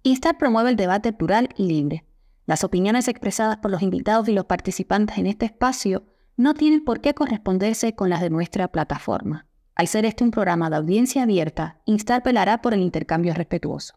Instar promueve el debate plural y libre. Las opiniones expresadas por los invitados y los participantes en este espacio no tienen por qué corresponderse con las de nuestra plataforma. Al ser este un programa de audiencia abierta, Instar velará por el intercambio respetuoso.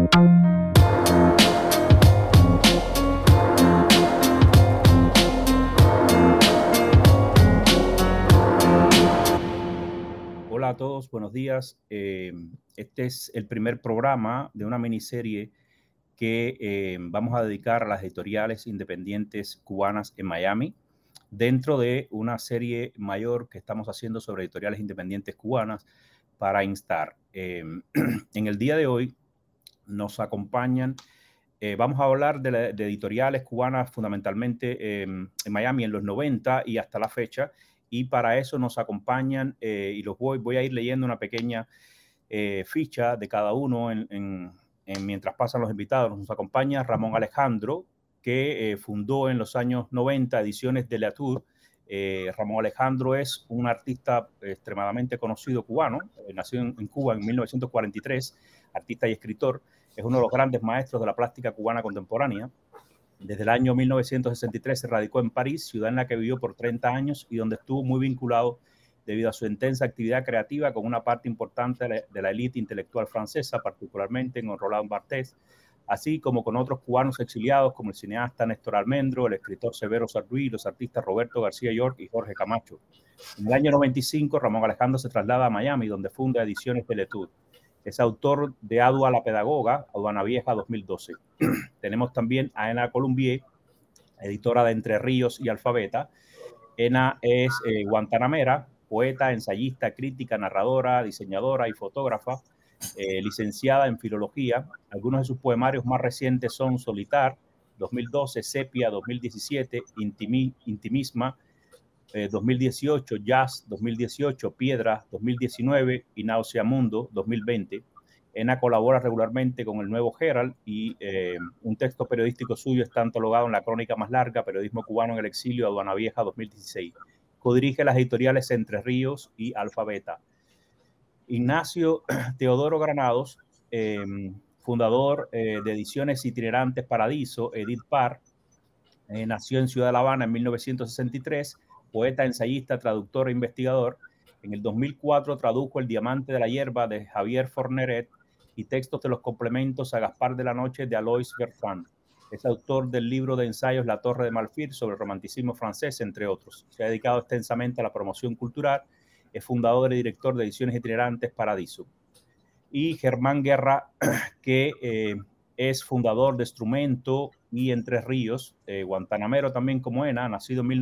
Hola a todos, buenos días. Este es el primer programa de una miniserie que vamos a dedicar a las editoriales independientes cubanas en Miami, dentro de una serie mayor que estamos haciendo sobre editoriales independientes cubanas para Instar. En el día de hoy nos acompañan, vamos a hablar de editoriales cubanas fundamentalmente en Miami en los 90 y hasta la fecha. Y para eso nos acompañan, y los voy a ir leyendo una pequeña ficha de cada uno mientras pasan los invitados. Nos acompaña Ramón Alejandro, que fundó en los años 90 Ediciones de Latour. Ramón Alejandro es un artista extremadamente conocido cubano, nació en Cuba en 1943, artista y escritor. Es uno de los grandes maestros de la plástica cubana contemporánea. Desde el año 1963 se radicó en París, ciudad en la que vivió por 30 años y donde estuvo muy vinculado debido a su intensa actividad creativa con una parte importante de la élite intelectual francesa, particularmente con Roland Barthes, así como con otros cubanos exiliados como el cineasta Néstor Almendro, el escritor Severo Sarduy, los artistas Roberto García York y Jorge Camacho. En el año 95, Ramón Alejandro se traslada a Miami, donde funda Ediciones de Latour. Es autor de Adua la Pedagoga, Aduana Vieja 2012. Tenemos también a Ena Columbier, editora de Entre Ríos y Alfabeta. Ena es guantanamera, poeta, ensayista, crítica, narradora, diseñadora y fotógrafa, licenciada en filología. Algunos de sus poemarios más recientes son Solitar, 2012, Sepia, 2017, Intimisma, 2018, Jazz, 2018, Piedra, 2019 y Náusea Mundo, 2020. Ena colabora regularmente con el Nuevo Herald y un texto periodístico suyo está antologado en la crónica más larga, Periodismo Cubano en el Exilio, Aduana Vieja, 2016. Codirige las editoriales Entre Ríos y Alfabeta. Ignacio Teodoro Granados, fundador de Ediciones Itinerantes Paradiso, Edith Par, nació en Ciudad de La Habana en 1963, poeta, ensayista, traductor e investigador. En el 2004 tradujo El Diamante de la Hierba de Javier Forneret y textos de los complementos a Gaspar de la Noche de Alois Bertrand. Es autor del libro de ensayos La Torre de Marfil sobre el romanticismo francés, entre otros. Se ha dedicado extensamente a la promoción cultural. Es fundador y director de Ediciones Itinerantes Paradiso. Y Germán Guerra, que es fundador de Instrumento y Entre Ríos, guantanamero también como Ena, nacido en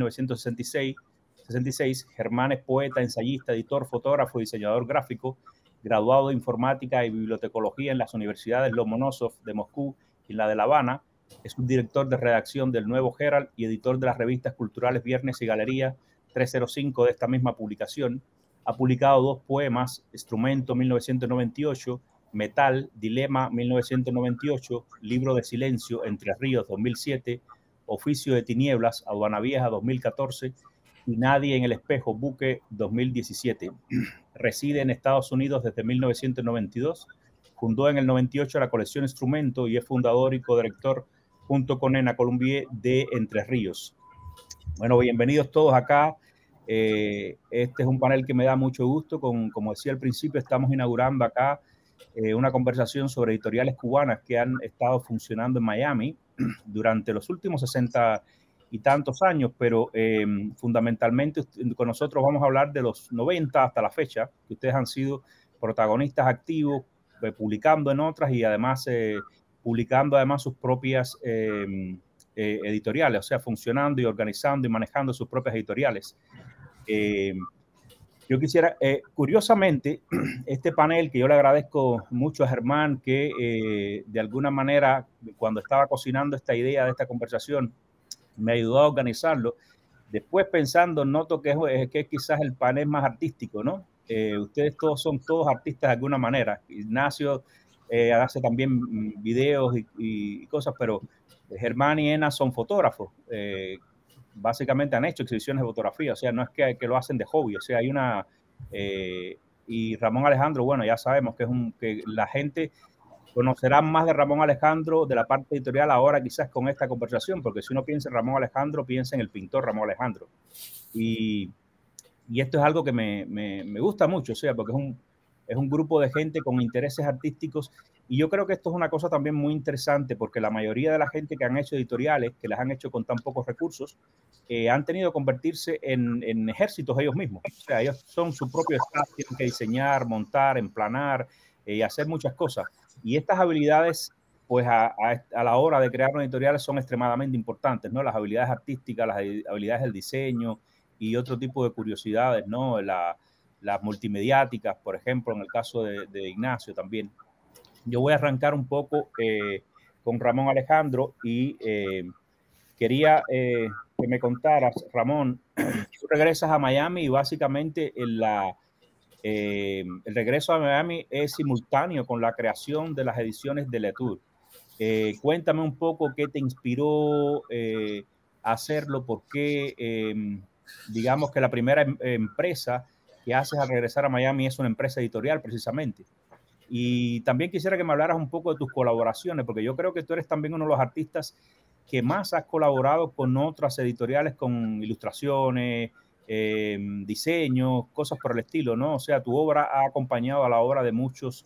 1966. Germán es poeta, ensayista, editor, fotógrafo y diseñador gráfico, graduado de Informática y Bibliotecología en las universidades Lomonosov de Moscú y la de La Habana. Es un director de redacción del Nuevo Herald y editor de las revistas culturales Viernes y Galería 305 de esta misma publicación. Ha publicado 2 poemas, Instrumento 1998, Metal, Dilema 1998, Libro de Silencio, Entre Ríos 2007, Oficio de Tinieblas, Aduana Vieja 2014 y Nadie en el Espejo, Buque 2017. Reside en Estados Unidos desde 1992. Fundó en el 98 la colección Instrumento y es fundador y codirector junto con Ena Columbier de Entre Ríos. Bueno, bienvenidos todos acá. Este es un panel que me da mucho gusto. Como decía al principio, estamos inaugurando acá una conversación sobre editoriales cubanas que han estado funcionando en Miami durante los últimos 60 y tantos años, pero fundamentalmente con nosotros vamos a hablar de los 90 hasta la fecha, que ustedes han sido protagonistas activos, publicando en otras y además publicando además sus propias editoriales, o sea, funcionando y organizando y manejando sus propias editoriales. Yo quisiera, curiosamente, este panel, que yo le agradezco mucho a Germán, que de alguna manera, cuando estaba cocinando esta idea de esta conversación, me ayudó a organizarlo. Después pensando, noto que es quizás el panel más artístico, ¿no? Ustedes son todos artistas de alguna manera. Ignacio hace también videos y cosas, pero Germán y Ena son fotógrafos. Básicamente han hecho exhibiciones de fotografía, o sea, no es que lo hacen de hobby, o sea, hay una... y Ramón Alejandro, bueno, ya sabemos que la gente conocerán más de Ramón Alejandro de la parte editorial ahora quizás con esta conversación, porque si uno piensa en Ramón Alejandro, piensa en el pintor Ramón Alejandro. Y esto es algo que me gusta mucho, o sea, porque es un grupo de gente con intereses artísticos, y yo creo que esto es una cosa también muy interesante, porque la mayoría de la gente que han hecho editoriales, que las han hecho con tan pocos recursos, han tenido que convertirse en ejércitos ellos mismos. O sea, ellos son su propio staff, tienen que diseñar, montar, emplanar y hacer muchas cosas. Y estas habilidades, pues a la hora de crear una editorial son extremadamente importantes, ¿no? Las habilidades artísticas, las habilidades del diseño y otro tipo de curiosidades, ¿no? Las multimediáticas, por ejemplo, en el caso de Ignacio también. Yo voy a arrancar un poco con Ramón Alejandro y quería que me contaras, Ramón, tú regresas a Miami y básicamente el regreso a Miami es simultáneo con la creación de las ediciones de Latour. Cuéntame un poco qué te inspiró a hacerlo, por qué, digamos que la primera empresa que haces al regresar a Miami es una empresa editorial precisamente. Y también quisiera que me hablaras un poco de tus colaboraciones, porque yo creo que tú eres también uno de los artistas que más has colaborado con otras editoriales, con ilustraciones, diseños, cosas por el estilo, ¿no? O sea, tu obra ha acompañado a la obra de muchos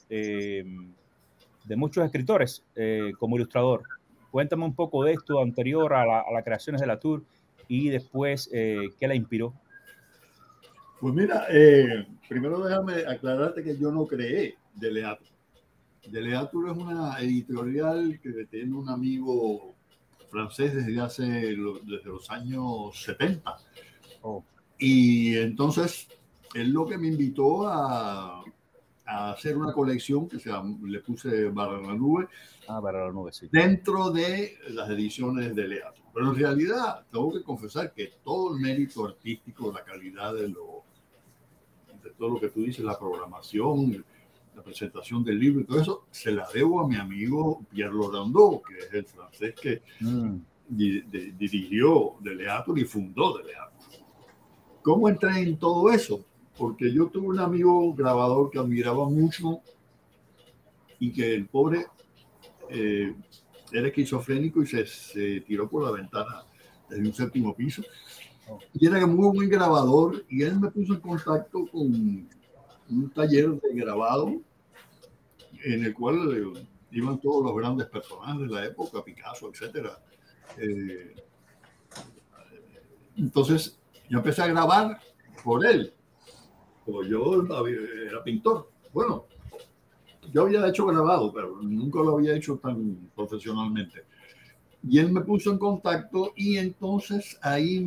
escritores como ilustrador. Cuéntame un poco de esto anterior a las creaciones de Latour y después qué la inspiró. Pues mira, primero déjame aclararte que yo no creé Deleatur. Deleatur es una editorial que tiene un amigo francés desde los años 70. Oh. Y entonces él lo que me invitó a hacer una colección que le puse Barra la Nube, sí, dentro de las ediciones de Deleatur. Pero en realidad tengo que confesar que todo el mérito artístico, la calidad de todo lo que tú dices, la programación, la presentación del libro y todo eso, se la debo a mi amigo Pierre Laurent, que es el francés que dirigió Deleatur y fundó Deleatur. ¿Cómo entré en todo eso? Porque yo tuve un amigo grabador que admiraba mucho y que el pobre era esquizofrénico y se tiró por la ventana desde un 7º piso. Y era muy buen grabador, y él me puso en contacto con un taller de grabado en el cual iban todos los grandes personajes de la época, Picasso, etc. Entonces yo empecé a grabar por él, como yo era pintor. Bueno, yo había hecho grabado, pero nunca lo había hecho tan profesionalmente. Y él me puso en contacto, y entonces ahí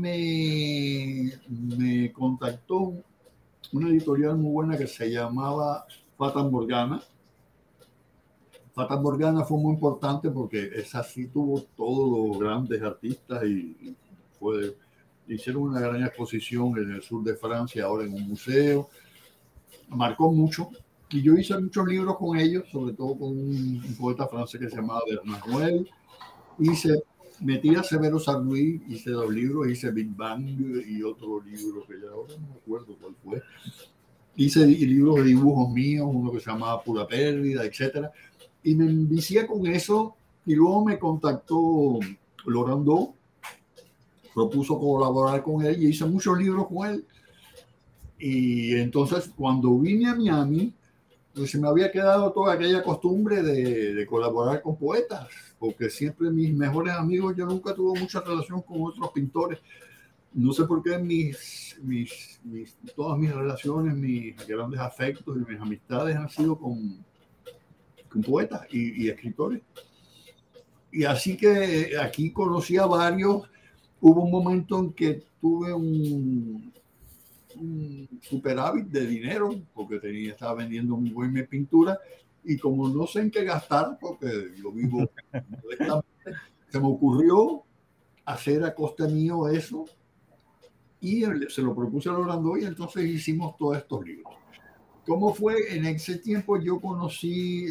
me contactó una editorial muy buena que se llamaba Fata Morgana. Fata Morgana fue muy importante porque esa sí tuvo todos los grandes artistas y hicieron una gran exposición en el sur de Francia, ahora en un museo. Marcó mucho. Y yo hice muchos libros con ellos, sobre todo con un poeta francés que se llamaba Bernard Noël. Metí a Severo Sarluí, hice 2 libros, hice Big Bang y otro libro que ya ahora no me acuerdo cuál fue. Hice libros de dibujos míos, uno que se llamaba Pura Pérdida, etc. Y me envicié con eso, y luego me contactó Laurent, propuso colaborar con él y hice muchos libros con él. Y entonces cuando vine a Miami, pues se me había quedado toda aquella costumbre de colaborar con poetas, porque siempre mis mejores amigos, yo nunca tuve mucha relación con otros pintores. No sé por qué todas mis relaciones, mis grandes afectos y mis amistades han sido con poetas y escritores. Y así que aquí conocí a varios. Hubo un momento en que tuve un superávit de dinero, porque estaba vendiendo muy buena pintura, y como no sé en qué gastar, porque yo vivo se me ocurrió hacer a costa mío eso, y se lo propuse a Laurent, y entonces hicimos todos estos libros. ¿Cómo fue? En ese tiempo yo conocí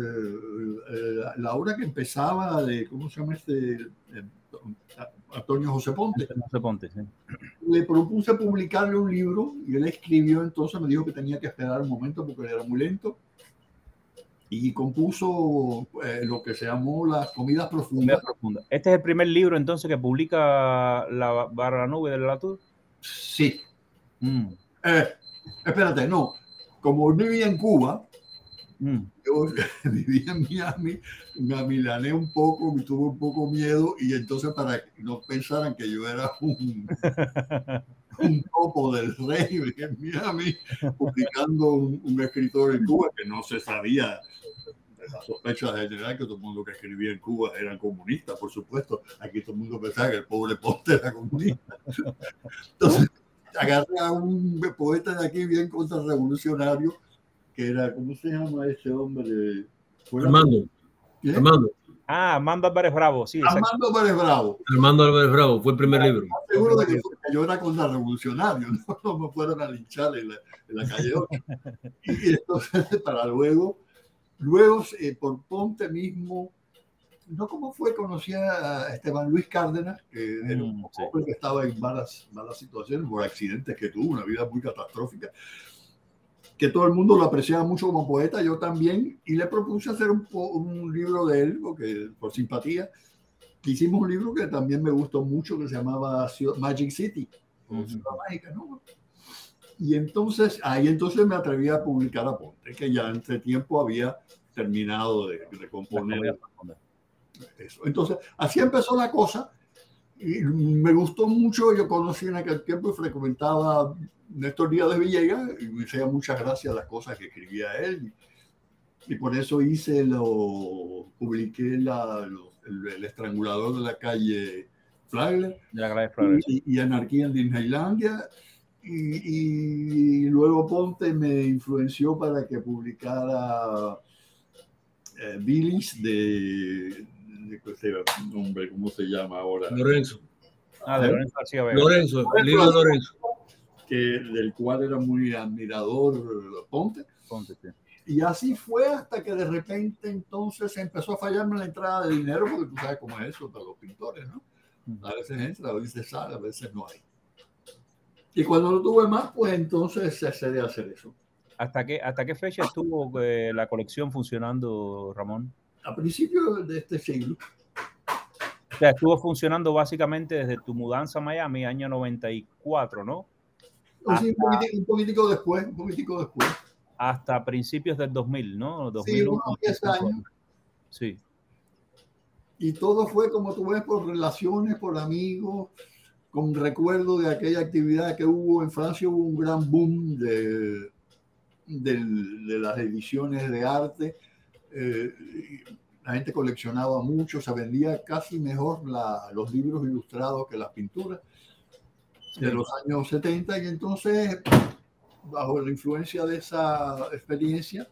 la obra que empezaba de, ¿cómo se llama Antonio José Ponte. José Ponte, sí. Le propuse publicarle un libro y él escribió, entonces me dijo que tenía que esperar un momento porque era muy lento. y compuso lo que se llamó Las Comidas Profundas. ¿Este es el primer libro entonces que publica la Barranube de Latour? Sí. Espérate, no. Como vivía en Cuba, yo vivía en Miami, me amilané un poco, me tuve un poco miedo, y entonces para que no pensaran que yo era un topo del rey en Miami, publicando un escritor en Cuba que no se sabía de la sospecha general que todo el mundo que escribía en Cuba eran comunistas, por supuesto. Aquí todo el mundo pensaba que el pobre Ponte era comunista. Entonces agarré a un poeta de aquí bien contrarrevolucionario, que era, ¿cómo se llama ese hombre? Armando. ¿Qué? Armando. Armando Álvarez Bravo, sí. Armando Álvarez Bravo. Armando Álvarez Bravo, fue el primer libro. Seguro de que yo era contrarrevolucionario, no me fueron a linchar en la calle 8. Y entonces, para luego por Ponte mismo, no como fue, conocí a Esteban Luis Cárdenas, que era un hombre que estaba en malas situaciones por accidentes que tuvo, una vida muy catastrófica, que todo el mundo lo apreciaba mucho como poeta, yo también, y le propuse hacer un libro de él, porque, por simpatía. Hicimos un libro que también me gustó mucho, que se llamaba Magic City, Ciudad Mágica, ¿no? Y entonces, entonces me atreví a publicar a Ponte, que ya en ese tiempo había terminado de componer eso. Entonces, así empezó la cosa, y me gustó mucho. Yo conocí en aquel tiempo y frecuentaba Néstor Díaz de Villegas, y me hacía muchas gracias las cosas que escribía él, y por eso publiqué el estrangulador de la calle Flagler, y Anarquía en Disneylandia, y luego Ponte me influenció para que publicara Bilis de nombre, ¿cómo se llama ahora? Lorenzo. De Lorenzo García Vega. Lorenzo, el libro de Lorenzo. Del cual era muy admirador Ponte. Sí. Y así fue hasta que de repente entonces empezó a fallarme la entrada de dinero, porque tú sabes cómo es eso para los pintores, ¿no? A veces entra, a veces sale, a veces no hay. Y cuando no tuve más, pues entonces cesé de hacer eso. ¿Hasta qué fecha estuvo la colección funcionando, Ramón? A principios de este siglo. O sea, estuvo funcionando básicamente desde tu mudanza a Miami, año 94, ¿no? Sí, un poquitico después. Hasta principios del 2000, ¿no? 2001, sí, unos 10 años. Sí. Y todo fue, como tú ves, por relaciones, por amigos, con recuerdo de aquella actividad que hubo en Francia. Hubo un gran boom de las ediciones de arte. La gente coleccionaba mucho, se vendía casi mejor los libros ilustrados que las pinturas de los años 70, y entonces, bajo la influencia de esa experiencia,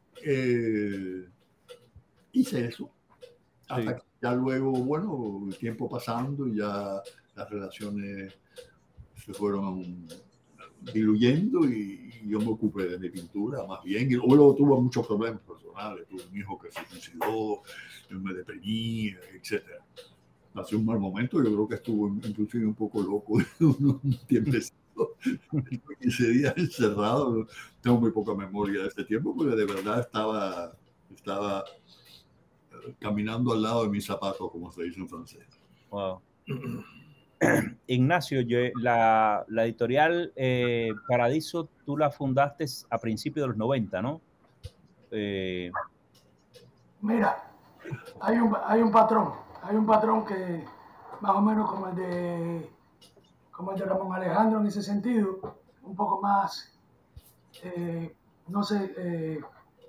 hice eso. Hasta que ya luego, bueno, el tiempo pasando, y ya las relaciones se fueron diluyendo, y yo me ocupé de mi pintura más bien. Y luego tuve muchos problemas personales, tuve un hijo que se suicidó, yo me deprimí, etc. Hace un mal momento, yo creo que estuvo inclusive un poco loco un tiempecito, 15 días encerrado. Tengo muy poca memoria de este tiempo, porque de verdad estaba caminando al lado de mis zapatos, como se dice en francés. Wow. Ignacio, la editorial Paradiso, tú la fundaste a principios de los 90, ¿no? Mira, hay un patrón que más o menos como el de Ramón Alejandro en ese sentido, un poco más, no sé,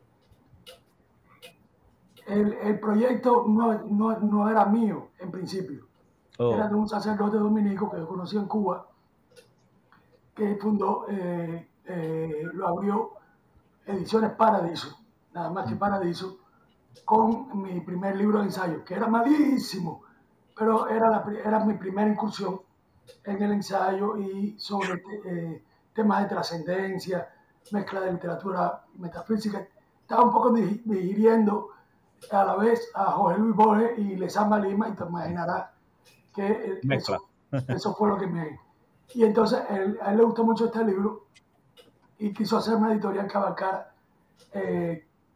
el proyecto no era mío en principio. Era de un sacerdote dominico que yo conocí en Cuba, que fundó, lo abrió Ediciones Paradiso, nada más que Paradiso, con mi primer libro de ensayo, que era malísimo, pero era mi primera incursión en el ensayo y sobre temas de trascendencia, mezcla de literatura metafísica. Estaba un poco digiriendo a la vez a Jorge Luis Borges y Lezama Lima, y te imaginarás que eso fue lo que me... Y entonces a él le gustó mucho este libro y quiso hacer una editorial que abarcara, que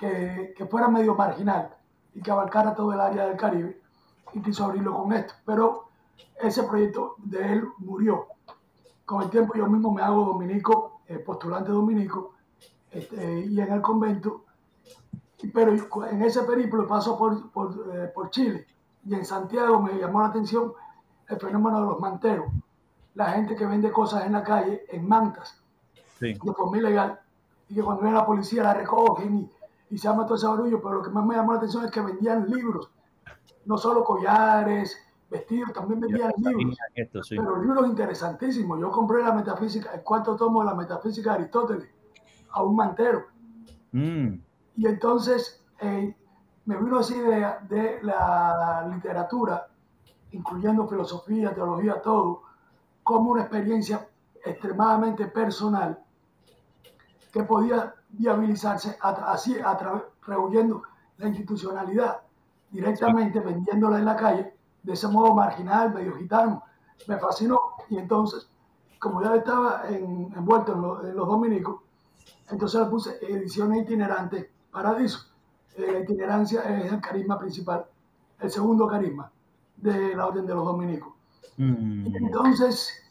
que fuera medio marginal y que abarcara todo el área del Caribe, y quiso abrirlo con esto. Pero ese proyecto de él murió. Con el tiempo yo mismo me hago dominico, postulante dominico, y en el convento, pero en ese periplo paso por Chile, y en Santiago me llamó la atención el fenómeno de los manteros, la gente que vende cosas en la calle en mantas, sí, de forma ilegal, y que cuando viene la policía la recogen y se llama todo ese barullo. Pero lo que más me llamó la atención es que vendían libros, no solo collares, vestidos, también vendían libros, esto, sí. pero libros interesantísimos. Yo compré la metafísica, el cuarto tomo de la metafísica de Aristóteles a un mantero. Y entonces me vino así de la literatura, incluyendo filosofía, teología, todo, como una experiencia extremadamente personal que podía viabilizarse así a través, rehuyendo la institucionalidad, directamente vendiéndola en la calle, de ese modo marginal, medio gitano. Me fascinó. Y entonces, como ya estaba envuelto en los dominicos, entonces le puse ediciones itinerantes Paradiso. La itinerancia es el carisma principal, el segundo carisma de la Orden de los Dominicos. Y entonces,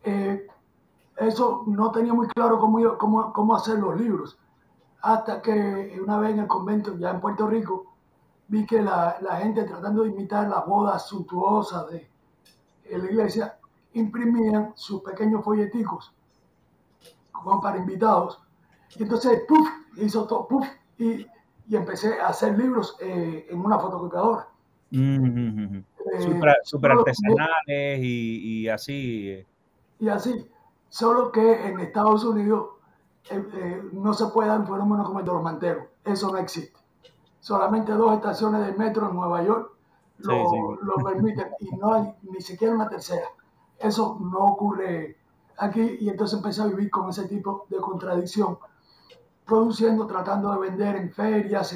eso no tenía muy claro cómo hacer los libros, hasta que una vez en el convento, ya en Puerto Rico, vi que la gente, tratando de imitar las bodas suntuosas de la iglesia, imprimían sus pequeños folleticos como para invitados. Y entonces, ¡puf!, hizo todo, ¡puf!, y empecé a hacer libros en una fotocopiadora. Súper artesanales y así. Y así, solo que en Estados Unidos no se puede dar un fenómeno como el de los manteros. Eso no existe. Solamente 2 estaciones del metro en Nueva York lo permiten, y no hay ni siquiera una tercera. Eso no ocurre aquí, y entonces empecé a vivir con ese tipo de contradicción, produciendo, tratando de vender en ferias,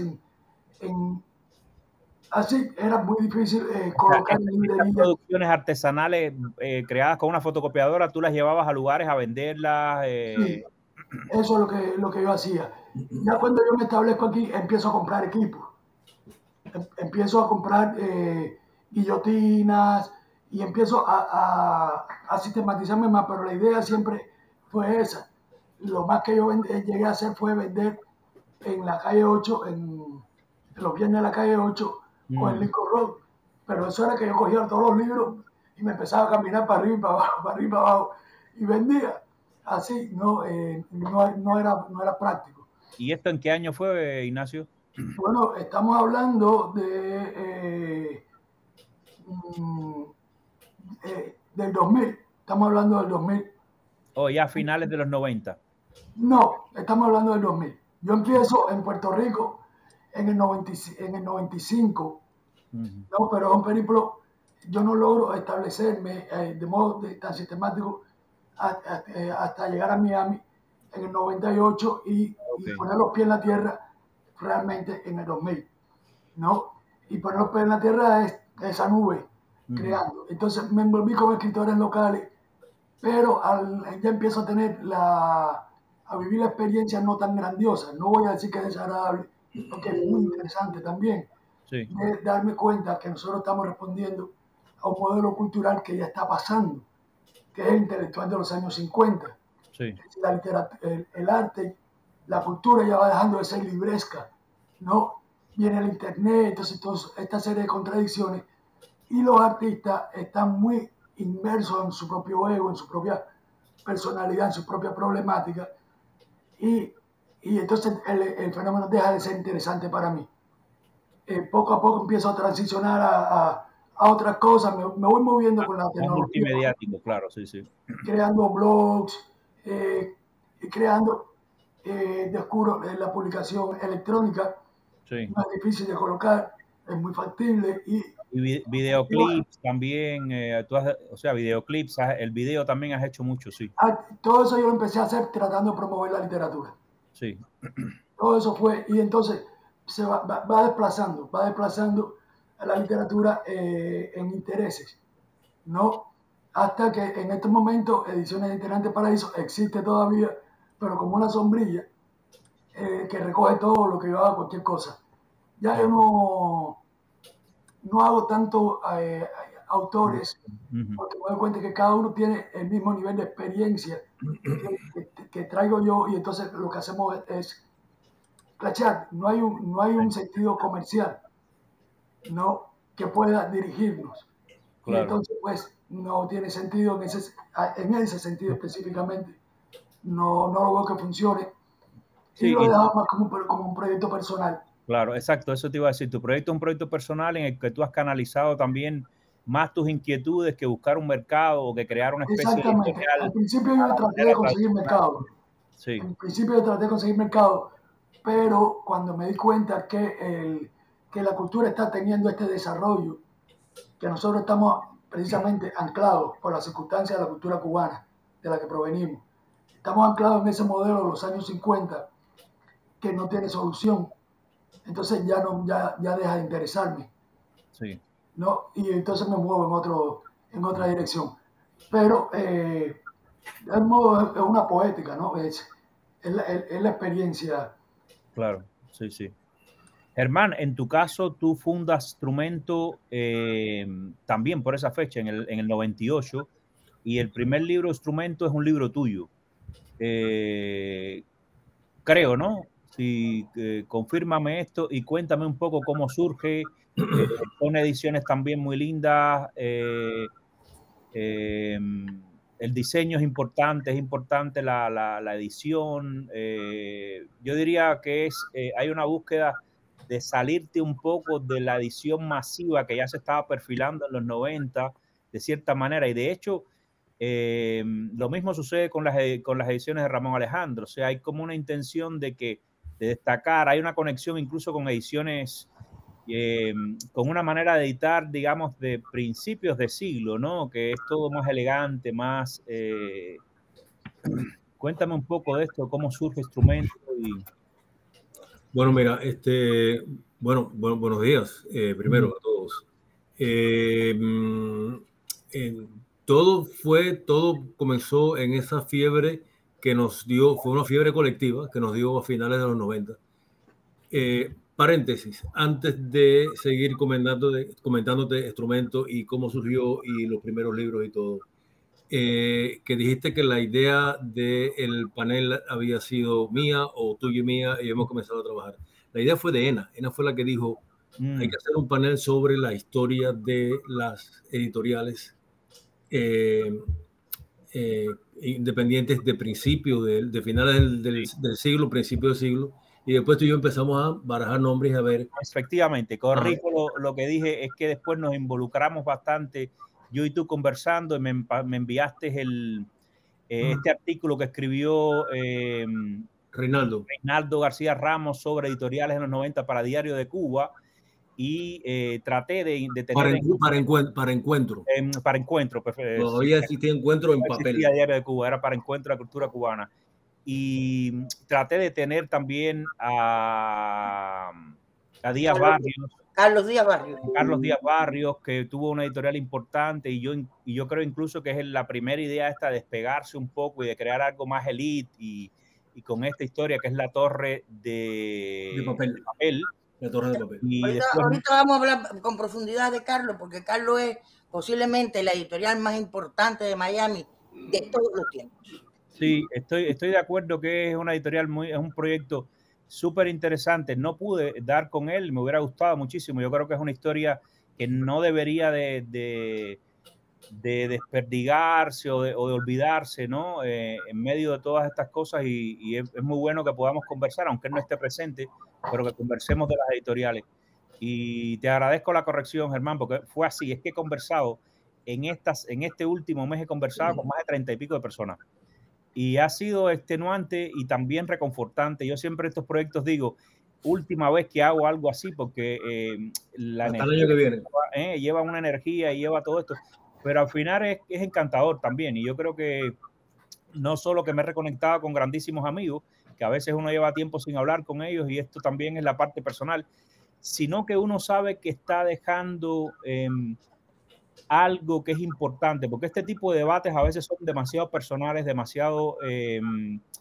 así era muy difícil colocar en librerías. Estas producciones artesanales creadas con una fotocopiadora, tú las llevabas a lugares a venderlas. Sí, eso es lo que yo hacía. Ya cuando yo me establezco aquí, empiezo a comprar equipos. Empiezo a comprar guillotinas y empiezo a sistematizarme más, pero la idea siempre fue esa. Lo más que yo llegué a hacer fue vender en la calle 8, en los viernes de la calle 8, con el Lincoln Road. Pero eso era que yo cogía todos los libros y me empezaba a caminar para arriba y para abajo, para arriba y para abajo, y vendía. Así no era práctico. ¿Y esto en qué año fue, Ignacio? Bueno, estamos hablando del 2000. Estamos hablando del 2000. ¿O ya a finales de los 90? No, estamos hablando del 2000. Yo empiezo en Puerto Rico en el 95. No, pero es un periplo. Yo no logro establecerme de modo tan sistemático hasta llegar a Miami en el 98 y poner los pies en la tierra realmente en el 2000, ¿no? Y poner los pies en la tierra es esa nube creando. Entonces me envolví con escritores locales, pero ya empiezo a tener a vivir la experiencia no tan grandiosa. No voy a decir que es desagradable, porque es muy interesante también. Sí. De darme cuenta que nosotros estamos respondiendo a un modelo cultural que ya está pasando, que es el intelectual de los años 50. Sí. La literatura, el arte, la cultura ya va dejando de ser libresca, ¿no? Viene el internet, entonces toda esta serie de contradicciones, y los artistas están muy inmersos en su propio ego, en su propia personalidad, en su propia problemática, y entonces el fenómeno deja de ser interesante para mí. Poco a poco empiezo a transicionar a otras cosas, me voy moviendo con la tecnología. Multimediático, claro, sí. Creando blogs, descubro la publicación electrónica, más difícil de colocar, es muy factible. Y videoclips también, videoclips, el video también has hecho mucho, sí. Todo eso yo lo empecé a hacer tratando de promover la literatura. Sí. Todo eso fue, y entonces se va desplazando a la literatura en intereses, ¿no? Hasta que en este momento Ediciones Itinerantes Paradiso existe todavía, pero como una sombrilla, que recoge todo lo que yo hago, cualquier cosa. Ya yo no hago tanto autores, porque me doy cuenta que cada uno tiene el mismo nivel de experiencia que traigo yo, y entonces lo que hacemos es clachar. No hay un sentido comercial, ¿no?, que pueda dirigirnos. Claro. Y entonces, pues, no tiene sentido en ese sentido específicamente. No lo veo que funcione. Sí, y lo dejamos más como un proyecto personal. Claro, exacto, eso te iba a decir. Tu proyecto es un proyecto personal en el que tú has canalizado también más tus inquietudes que buscar un mercado o que crear una especie de editorial. Al principio yo traté de conseguir mercado. Sí. En principio yo traté de conseguir mercado, pero cuando me di cuenta que la cultura está teniendo este desarrollo, que nosotros estamos precisamente anclados por las circunstancias de la cultura cubana de la que provenimos. Estamos anclados en ese modelo de los años 50 que no tiene solución. Entonces ya deja de interesarme. Sí. ¿No? Y entonces me muevo en otra dirección. Pero de algún modo es una poética, ¿no? Es la experiencia. Claro, sí, sí. Germán, en tu caso, tú fundas Strumento también por esa fecha, en el 98, y el primer libro Strumento es un libro tuyo. Creo, ¿no? Sí, confírmame esto y cuéntame un poco cómo surge. Son ediciones también muy lindas. El diseño es importante la edición. Yo diría que hay una búsqueda de salirte un poco de la edición masiva que ya se estaba perfilando en los 90, de cierta manera, y de hecho lo mismo sucede con las ediciones de Ramón Alejandro. O sea, hay como una intención de destacar, hay una conexión incluso con ediciones con una manera de editar, digamos, de principios de siglo, ¿no? Que es todo más elegante, más... Cuéntame un poco de esto, cómo surge Strumento y... Bueno, mira, buenos días, primero a todos. Todo comenzó en esa fiebre que nos dio, fue una fiebre colectiva que nos dio a finales de los 90. Paréntesis, antes de seguir comentándote Strumento y cómo surgió y los primeros libros y todo, que dijiste que la idea del panel había sido mía o tuya y mía y hemos comenzado a trabajar. La idea fue de Ena. Ena fue la que dijo, hay que hacer un panel sobre la historia de las editoriales independientes de principios, de finales del siglo, principio del siglo. Y después tú y yo empezamos a barajar nombres y a ver. Efectivamente, corrijo lo que dije, es que después nos involucramos bastante, yo y tú conversando, y me enviaste este artículo que escribió Reinaldo García Ramos sobre editoriales en los 90 para Diario de Cuba, y traté de tener... Para Encuentro. Para Encuentro. Todavía existía Encuentro en papel. Existía Diario de Cuba, era para Encuentro de la cultura cubana. Y traté de tener también a Díaz Barrios. Carlos Díaz Barrios, que tuvo una editorial importante, y yo creo incluso que es la primera idea esta de despegarse un poco y de crear algo más elite, y con esta historia que es La Torre de Papel. La Torre de Papel. Ahorita vamos a hablar con profundidad de Carlos, porque Carlos es posiblemente la editorial más importante de Miami de todos los tiempos. Sí, estoy de acuerdo que es una editorial es un proyecto súper interesante. No pude dar con él, me hubiera gustado muchísimo. Yo creo que es una historia que no debería de desperdigarse o de olvidarse, ¿no? En medio de todas estas cosas, y es muy bueno que podamos conversar, aunque él no esté presente, pero que conversemos de las editoriales. Y te agradezco la corrección, Germán, porque fue así. Es que he conversado en este último mes, he conversado con más de 30 y pico de personas. Y ha sido extenuante y también reconfortante. Yo siempre en estos proyectos digo, última vez que hago algo así, porque la hasta el año que viene lleva una energía y lleva todo esto, pero al final es encantador también. Y yo creo que no solo que me he reconectado con grandísimos amigos, que a veces uno lleva tiempo sin hablar con ellos, y esto también es la parte personal, sino que uno sabe que está dejando algo que es importante, porque este tipo de debates a veces son demasiado personales, demasiado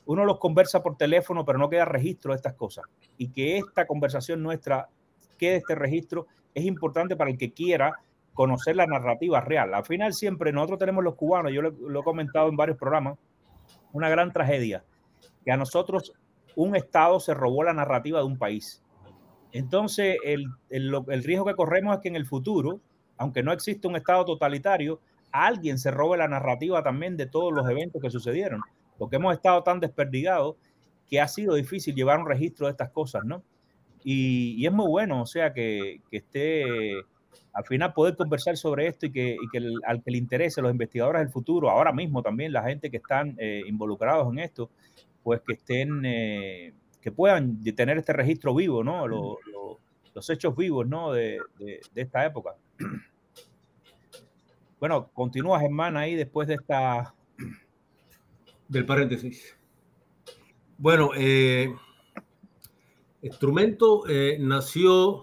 uno los conversa por teléfono, pero no queda registro de estas cosas. Y que esta conversación nuestra quede este registro es importante para el que quiera conocer la narrativa real. Al final siempre nosotros tenemos los cubanos, yo lo he comentado en varios programas, una gran tragedia, que a nosotros un Estado se robó la narrativa de un país. Entonces el riesgo que corremos es que en el futuro, aunque no existe un Estado totalitario, alguien se robe la narrativa también de todos los eventos que sucedieron, porque hemos estado tan desperdigados que ha sido difícil llevar un registro de estas cosas, ¿no? Y es muy bueno, o sea, que esté al final poder conversar sobre esto y que al que le interese, los investigadores del futuro, ahora mismo también la gente que están involucrados en esto, pues que estén, que puedan tener este registro vivo, ¿no? Los hechos vivos, ¿no? De esta época. Bueno, continúa, Germán, ahí después de esta... Del paréntesis. Bueno, Instrumento nació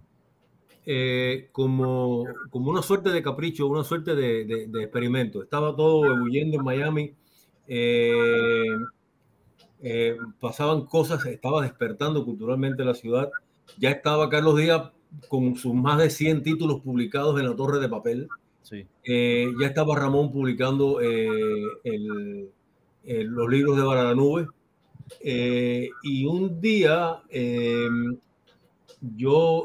como una suerte de capricho, una suerte de experimento. Estaba todo ebulliendo en Miami. Pasaban cosas, estaba despertando culturalmente la ciudad. Ya estaba Carlos Díaz con sus más de 100 títulos publicados en La Torre de Papel. Sí. Ya estaba Ramón publicando los libros de Para la Nube. Y un día yo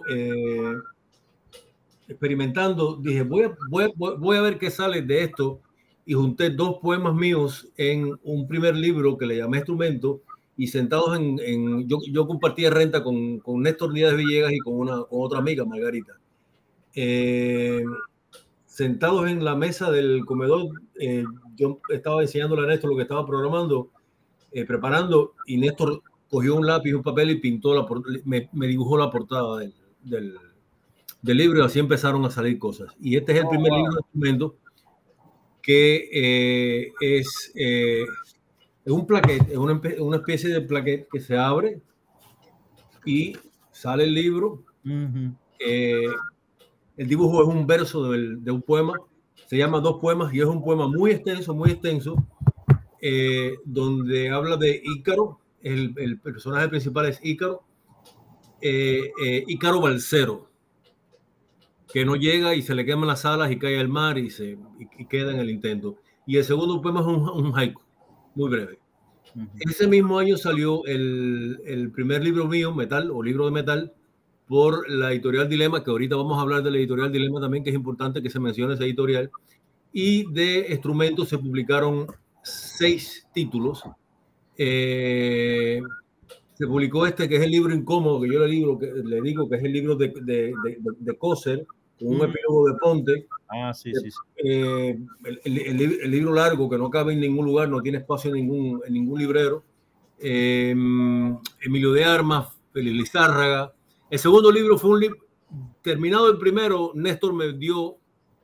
experimentando dije voy a ver qué sale de esto, y junté 2 poemas míos en un primer libro que le llamé Instrumento, y sentados yo compartía renta con Néstor Díaz Villegas y con otra amiga, Margarita, sentados en la mesa del comedor. Yo estaba enseñándole a Néstor lo que estaba programando, preparando, y Néstor cogió un lápiz y un papel y pintó me dibujó la portada del libro, y así empezaron a salir cosas. Y este es el primer libro de Instrumento, que es un plaquete, es una especie de plaquete que se abre y sale el libro. Uh-huh. El dibujo es un verso de un poema, se llama 2 poemas, y es un poema muy extenso, donde habla de Ícaro. El personaje principal es Ícaro, Ícaro Balsero, que no llega y se le queman las alas y cae al mar y queda en el intento. Y el segundo poema es un haiku, muy breve. Uh-huh. Ese mismo año salió el primer libro mío, Metal, o Libro de Metal, por la editorial Dilema, que ahorita vamos a hablar de la editorial Dilema también, que es importante que se mencione esa editorial. Y de Instrumentos se publicaron 6 títulos. Se publicó que es el libro incómodo, que yo le digo que es el libro de Coser, con un epílogo de Ponte. Sí. El libro largo, que no cabe en ningún lugar, no tiene espacio en ningún librero. Emilio de Armas, Félix Lizárraga. El segundo libro fue un libro, terminado el primero, Néstor me dijo,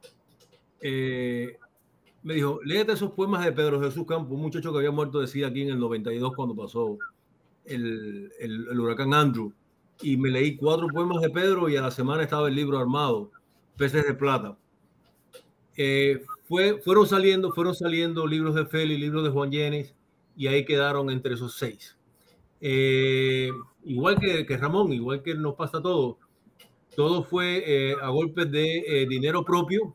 léete esos poemas de Pedro Jesús Campos, un muchacho que había muerto de SIDA aquí en el 92 cuando pasó el huracán Andrew, y me leí 4 poemas de Pedro, y a la semana estaba el libro armado, Peces de Plata. Fueron saliendo libros de Félix, libros de Juan Yenes, y ahí quedaron entre esos 6. Igual que Ramón, igual que nos pasa todo fue a golpes de dinero propio.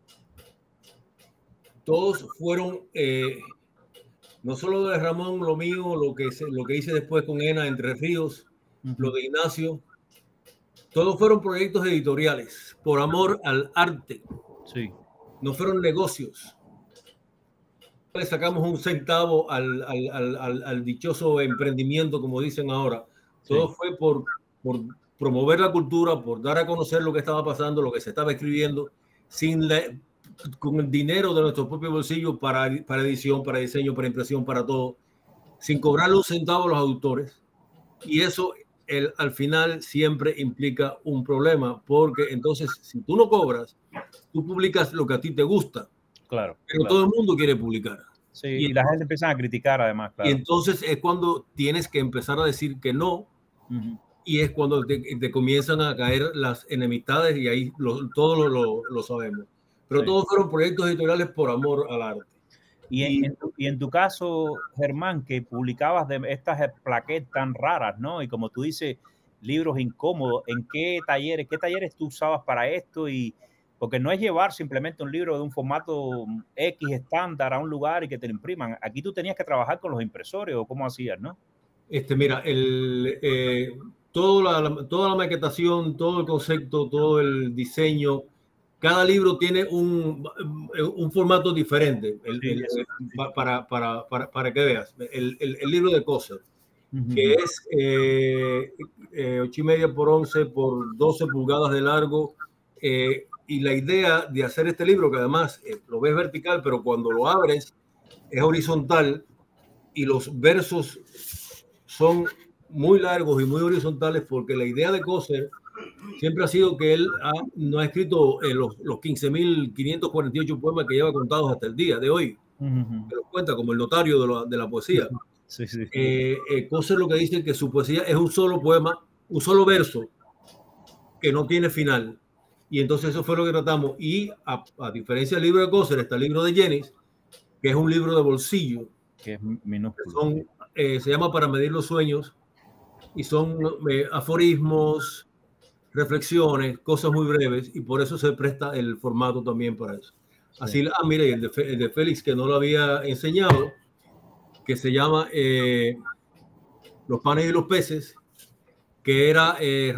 Todos fueron, no solo de Ramón, lo mío, lo que hice después con ENA, Entre Ríos, uh-huh. Lo de Ignacio, todos fueron proyectos editoriales, por amor al arte. Sí. No fueron negocios. Le sacamos un centavo al dichoso emprendimiento, como dicen ahora. Todo sí. Fue por promover la cultura, por dar a conocer lo que estaba pasando, lo que se estaba escribiendo, con el dinero de nuestro propio bolsillo para edición, para diseño, para impresión, para todo, sin cobrarle un centavo a los autores. Y eso al final siempre implica un problema, porque entonces si tú no cobras, tú publicas lo que a ti te gusta. Claro. Pero claro, todo el mundo quiere publicar. Sí, y la gente empieza a criticar además. Claro. Y entonces es cuando tienes que empezar a decir que no. Uh-huh. Y es cuando te comienzan a caer las enemistades, y ahí todos lo sabemos. Pero sí, todos fueron proyectos editoriales por amor al arte. Y en tu caso, Germán, que publicabas de estas plaquetas tan raras, ¿no? Y como tú dices, libros incómodos, ¿en qué talleres tú usabas para esto? Y porque no es llevar simplemente un libro de un formato X estándar a un lugar y que te lo impriman. Aquí tú tenías que trabajar con los impresores, o cómo hacías, ¿no? Mira, toda la maquetación, todo el concepto, todo el diseño, cada libro tiene un formato diferente para que veas. El libro de Coser, que es 8,5 por 11 por 12 pulgadas de largo. Y la idea de hacer este libro, que además lo ves vertical, pero cuando lo abres es horizontal y los versos son muy largos y muy horizontales, porque la idea de Coser siempre ha sido que él no ha escrito los 15.548 poemas que lleva contados hasta el día de hoy. Que los cuenta como el notario de la poesía. Sí. Coser lo que dice es que su poesía es un solo poema, un solo verso, que no tiene final. Y entonces eso fue lo que tratamos. Y a diferencia del libro de Coser, está el libro de Jennings, que es un libro de bolsillo. Que es minúsculo. Se llama Para medir los sueños, y son aforismos, reflexiones, cosas muy breves, y por eso se presta el formato también para eso. Así, mire, el de Félix, que no lo había enseñado, que se llama Los panes y los peces, que era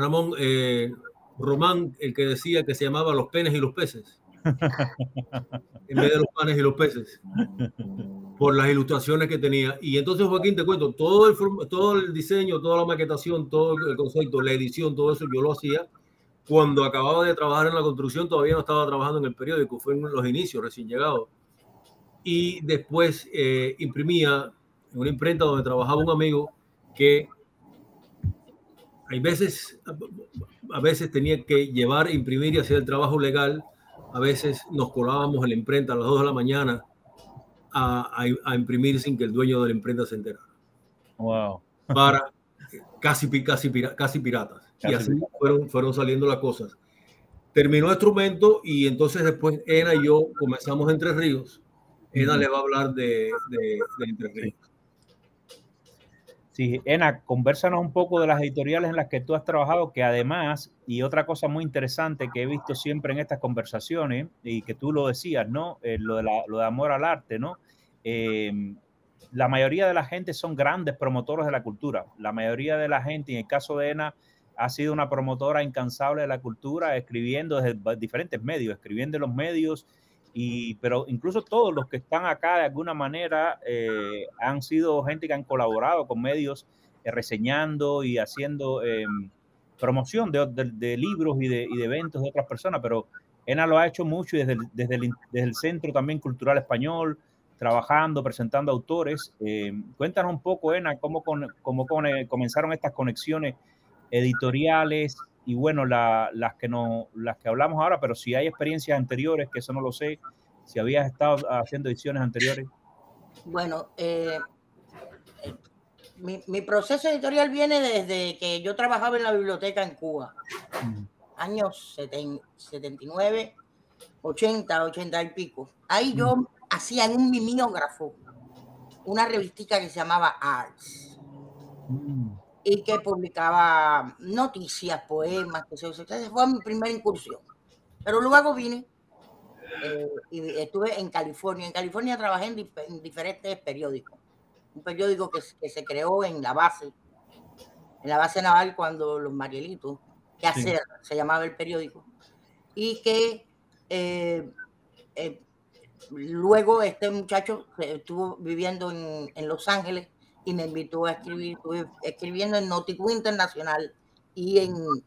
Román el que decía que se llamaba Los penes y los peces, en vez de los panes y los peces, por las ilustraciones que tenía. Y entonces, Joaquín, te cuento, todo el diseño, toda la maquetación, todo el concepto, la edición, todo eso yo lo hacía cuando acababa de trabajar en la construcción. Todavía no estaba trabajando en el periódico, fue en los inicios, recién llegado. Y después imprimía en una imprenta donde trabajaba un amigo, que a veces tenía que llevar, imprimir y hacer el trabajo legal. A veces nos colábamos en la imprenta a las 2 de la mañana a imprimir sin que el dueño de la imprenta se enterara. Wow. Para casi piratas. Y así fueron saliendo las cosas. Terminó el instrumento y entonces después Ena y yo comenzamos Entre Ríos. Ena le va a hablar de Entre Ríos. Sí, Ena, convérsanos un poco de las editoriales en las que tú has trabajado, que además, y otra cosa muy interesante que he visto siempre en estas conversaciones, y que tú lo decías, ¿no? Lo de amor al arte, ¿no? La mayoría de la gente son grandes promotores de la cultura. La mayoría de la gente, en el caso de Ena, ha sido una promotora incansable de la cultura, escribiendo desde diferentes medios, escribiendo en los medios, pero incluso todos los que están acá de alguna manera han sido gente que han colaborado con medios reseñando y haciendo promoción de libros y de eventos de otras personas, pero Ena lo ha hecho mucho y desde el Centro también Cultural Español, trabajando, presentando autores. Cuéntanos un poco, Ena, cómo comenzaron estas conexiones editoriales y bueno, las que hablamos ahora, pero si hay experiencias anteriores, que eso no lo sé, si habías estado haciendo ediciones anteriores. Bueno, mi proceso editorial viene desde que yo trabajaba en la biblioteca en Cuba, años 79, 80 y pico. Ahí yo hacía en un mimeógrafo una revistica que se llamaba Arts. Y que publicaba noticias, poemas, que esa fue mi primera incursión. Pero luego vine y estuve en California. En California trabajé en diferentes periódicos. Un periódico que se creó en la base naval cuando los Marielitos, que hacer, se llamaba el periódico. Y que luego este muchacho estuvo viviendo en Los Ángeles y me invitó a escribir. Estuve escribiendo en Noticú Internacional y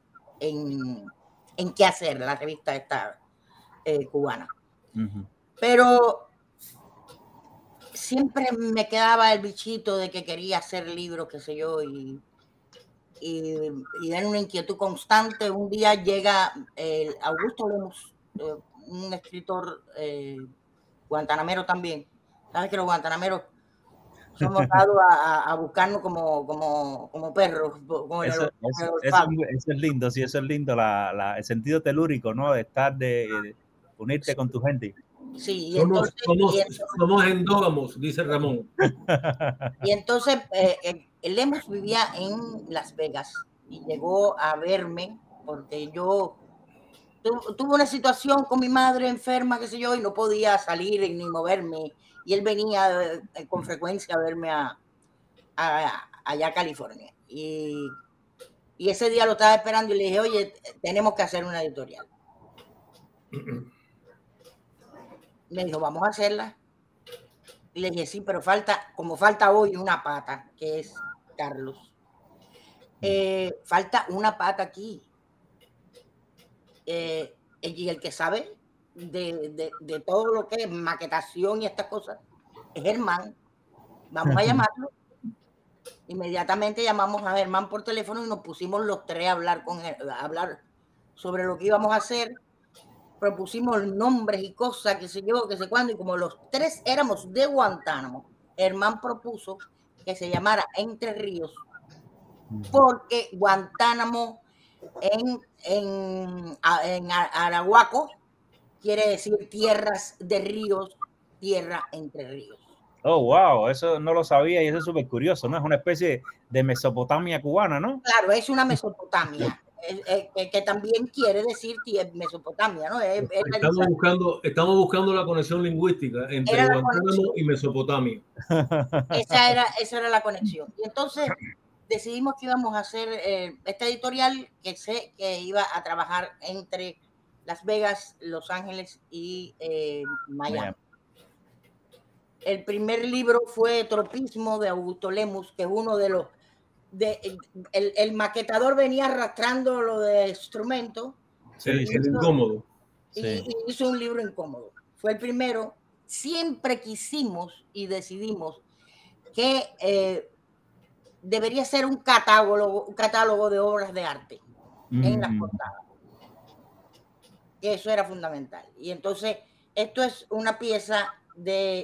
en Qué Hacer, la revista esta cubana. Pero siempre me quedaba el bichito de que quería hacer libros, qué sé yo, y era una inquietud constante. Un día llega Augusto Lemus, un escritor guantanamero también. Sabes que los guantanameros somos dados a buscarnos como perros. Eso es lindo, sí, eso es lindo, el sentido telúrico, ¿no? De estar, de unirte con tu gente. Sí, somos endógamos, dice Ramón. Y entonces Lemus vivía en Las Vegas y llegó a verme porque yo tuve una situación con mi madre enferma, qué sé yo, y no podía salir ni moverme. Y él venía con frecuencia a verme allá a California. Y ese día lo estaba esperando y le dije, oye, tenemos que hacer una editorial. Me dijo, vamos a hacerla. Y le dije, sí, pero falta hoy una pata, que es Carlos. Falta una pata aquí. Y el que sabe de todo lo que es maquetación y estas cosas es Germán. Vamos a llamarlo. Inmediatamente llamamos a Germán por teléfono y nos pusimos los tres a hablar sobre lo que íbamos a hacer. Propusimos nombres y cosas, que sé yo, que sé cuándo, y como los tres éramos de Guantánamo, Germán propuso que se llamara Entre Ríos, porque Guantánamo en arahuaco quiere decir tierras de ríos, tierra entre ríos. Oh, wow, eso no lo sabía y eso es súper curioso, ¿no? Es una especie de Mesopotamia cubana, ¿no? Claro, es una Mesopotamia. Que también quiere decir Mesopotamia, ¿no? Estamos buscando la conexión lingüística entre Guantánamo y Mesopotamia. Esa era la conexión. Y entonces decidimos que íbamos a hacer esta editorial que iba a trabajar entre Las Vegas, Los Ángeles y Miami. El primer libro fue Tropismo de Augusto Lemus, que es uno de los el maquetador venía arrastrando lo de instrumento. El incómodo. Y hizo un libro incómodo. Fue el primero. Siempre quisimos y decidimos que debería ser un catálogo de obras de arte en las portadas. Eso era fundamental. Y entonces, esto es una pieza de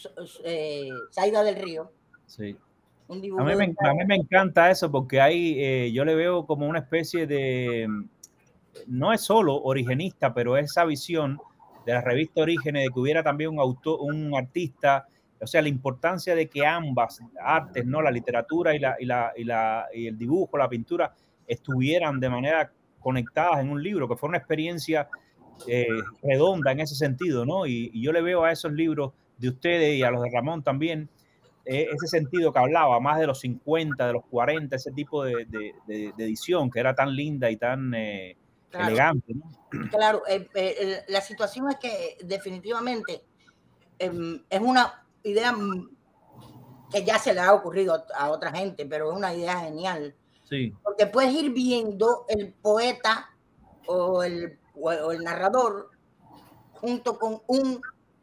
Zaida del Río. Sí. A mí me encanta eso porque ahí yo le veo como una especie de, no es solo origenista, pero esa visión de la revista Orígenes, de que hubiera también un artista, o sea, la importancia de que ambas artes, ¿no? La literatura y el dibujo, la pintura, estuvieran de manera conectadas en un libro, que fue una experiencia redonda en ese sentido, ¿no? Y yo le veo a esos libros de ustedes y a los de Ramón también, ese sentido que hablaba, más de los 50, de los 40, ese tipo de edición que era tan linda y tan elegante, ¿no? Claro, la situación es que definitivamente es una idea que ya se le ha ocurrido a otra gente, pero es una idea genial. Sí. Porque puedes ir viendo el poeta o el narrador junto con un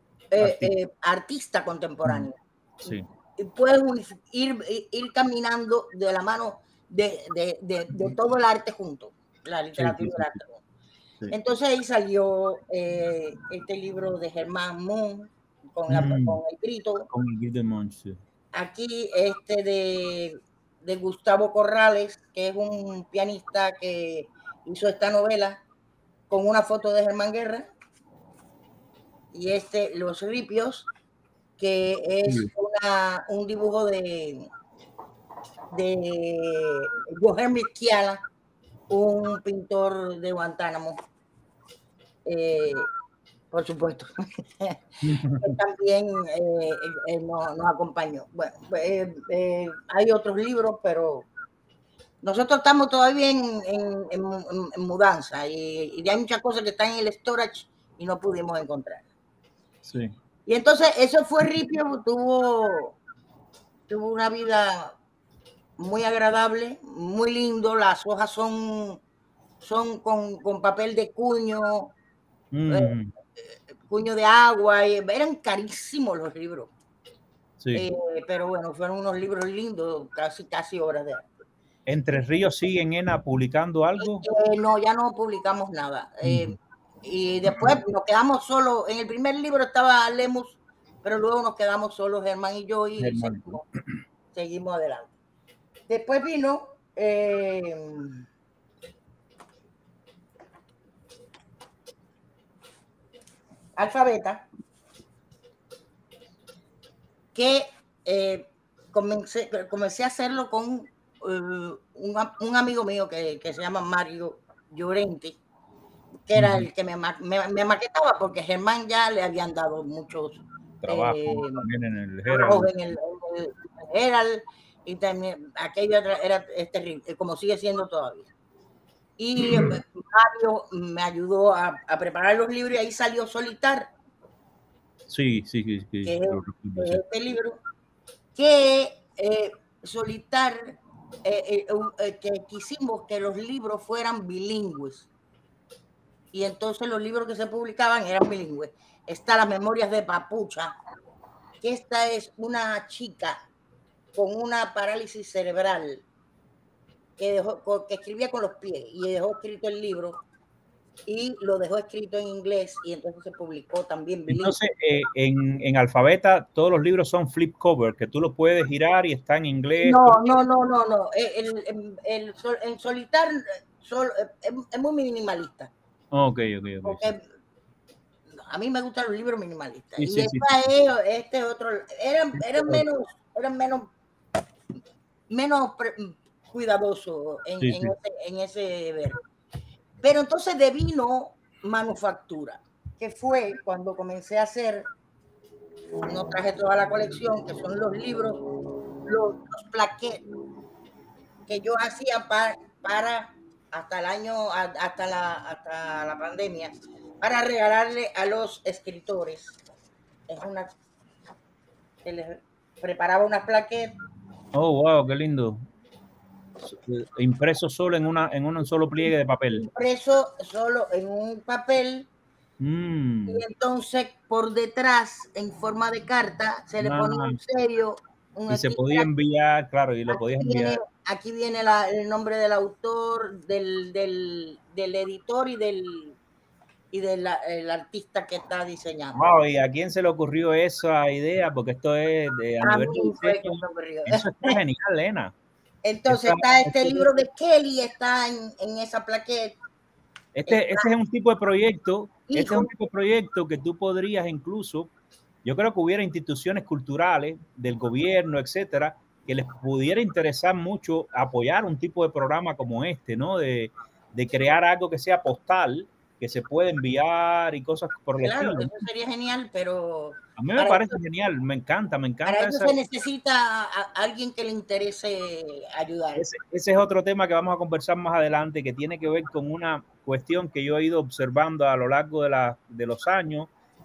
artista contemporáneo. Sí. Y puedes ir caminando de la mano de todo el arte junto, la literatura y el arte. Sí. Entonces ahí salió este libro de Germán Moon con el grito. Con el grito de Moon, sí. Aquí de Gustavo Corrales, que es un pianista que hizo esta novela con una foto de Germán Guerra. Y Los Ripios, que es un dibujo de Joher Mizquiala, un pintor de Guantánamo, por supuesto, que también nos acompañó. Bueno, hay otros libros, pero nosotros estamos todavía en mudanza y hay muchas cosas que están en el storage y no pudimos encontrar. Sí. Y entonces eso fue Ripio, tuvo una vida muy agradable, muy lindo, las hojas son con papel de cuño, cuño de agua, eran carísimos los libros. Sí. Pero bueno, fueron unos libros lindos, casi obras de arte. ¿Entre Ríos sigue Ena publicando algo? No, ya no publicamos nada. Y después nos quedamos solos. En el primer libro estaba Lemus, pero luego nos quedamos solos Germán y yo y seguimos adelante. Después vino Alfabeta. que comencé a hacerlo con un amigo mío que se llama Mario Llorente, que era el que me maquetaba, porque Germán ya le habían dado muchos trabajos también en el Herald, y también aquello era terrible, como sigue siendo todavía. Y Mario me ayudó a preparar los libros, y ahí salió Solitar. Sí. Que es este libro que Solitar, que quisimos que los libros fueran bilingües, y entonces los libros que se publicaban eran bilingües. Está Las Memorias de Papucha, que esta es una chica con una parálisis cerebral que escribía con los pies, y dejó escrito el libro, y lo dejó escrito en inglés, y entonces se publicó también bilingüe. Entonces, en Alfabeta todos los libros son flip cover, que tú los puedes girar y está en inglés. No. En Solitar es muy minimalista. Okay. A mí me gustan los libros minimalistas. Sí, y sí. este otro eran menos cuidadosos en ese ver. Pero entonces devino Manufactura, que fue cuando comencé a hacer, no traje toda la colección, que son los libros, los plaquettes que yo hacía para hasta la pandemia, para regalarle a los escritores. Se les preparaba unas plaquettes. Oh, wow, qué lindo. Impreso solo en un solo pliegue de papel. Impreso solo en un papel. Y entonces por detrás, en forma de carta, se le ponía un sello. Y se podía enviar, claro, y lo podías enviar. Aquí viene el nombre del autor, del editor y del artista que está diseñando. Wow, ¿y a quién se le ocurrió esa idea? Porque esto es a nivel de diseño. Eso está genial, Lena. Entonces está este libro de Kelly, está en esa plaqueta. Este es un tipo de proyecto. Este es un tipo de proyecto que tú podrías incluso, yo creo que hubiera instituciones culturales del gobierno, etcétera, que les pudiera interesar mucho apoyar un tipo de programa como este, ¿no? De crear algo que sea postal, que se puede enviar y cosas por el estilo. Claro, eso sería genial, pero... A mí me parece genial, me encanta. Para eso se necesita a alguien que le interese ayudar. Ese es otro tema que vamos a conversar más adelante, que tiene que ver con una cuestión que yo he ido observando a lo largo de los años,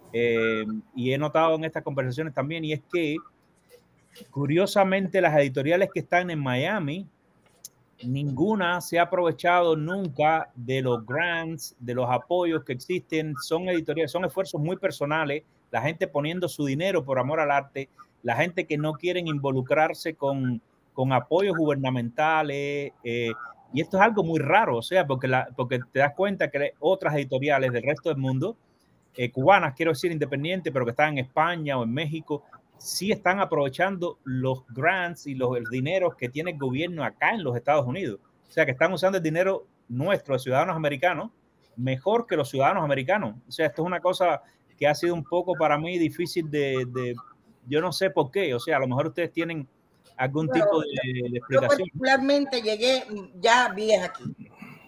y he notado en estas conversaciones también, y es que curiosamente las editoriales que están en Miami, ninguna se ha aprovechado nunca de los grants, de los apoyos que existen. Son editoriales, son esfuerzos muy personales, la gente poniendo su dinero por amor al arte, la gente que no quieren involucrarse con apoyos gubernamentales, y esto es algo muy raro, o sea, porque te das cuenta que otras editoriales del resto del mundo, cubanas, quiero decir independientes, pero que están en España o en México, sí están aprovechando los grants y los dineros que tiene el gobierno acá en los Estados Unidos. O sea, que están usando el dinero nuestro de ciudadanos americanos mejor que los ciudadanos americanos. O sea, esto es una cosa que ha sido un poco para mí difícil yo no sé por qué. O sea, a lo mejor ustedes tienen algún tipo de explicación. Yo particularmente llegué ya vieja aquí.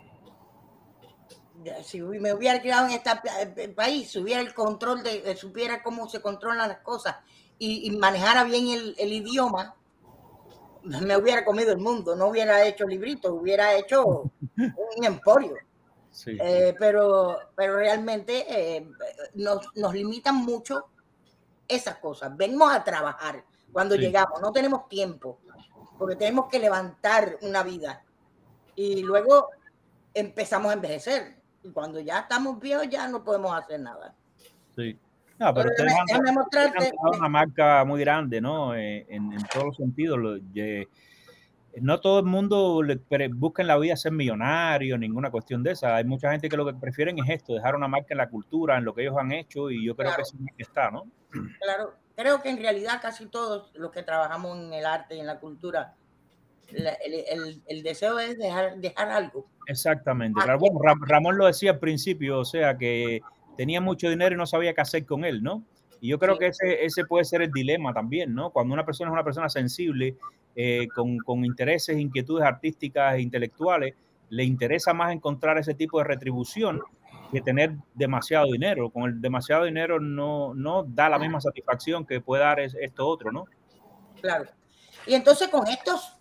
Si me hubiera criado en este país, si hubiera el control supiera cómo se controlan las cosas y manejara bien el idioma, me hubiera comido el mundo, no hubiera hecho libritos, hubiera hecho un emporio. Sí. Pero realmente nos limitan mucho esas cosas. Venimos a trabajar cuando llegamos, no tenemos tiempo, porque tenemos que levantar una vida y luego empezamos a envejecer. Y cuando ya estamos viejos ya no podemos hacer nada. Sí. No, pero ustedes han una marca muy grande, ¿no? En todos los sentidos. No todo el mundo busca en la vida ser millonario, ninguna cuestión de esa. Hay mucha gente que lo que prefieren es esto, dejar una marca en la cultura, en lo que ellos han hecho, y yo creo que eso es que está, ¿no? Claro, creo que en realidad casi todos los que trabajamos en el arte y en la cultura, el deseo es dejar algo. Exactamente. Bueno, Ramón lo decía al principio, o sea, que tenía mucho dinero y no sabía qué hacer con él, ¿no? Y yo creo que ese puede ser el dilema también, ¿no? Cuando una persona es una persona sensible, con intereses, inquietudes artísticas e intelectuales, le interesa más encontrar ese tipo de retribución que tener demasiado dinero. Con el demasiado dinero no da la misma satisfacción que puede dar esto otro, ¿no? Claro. Y entonces con estos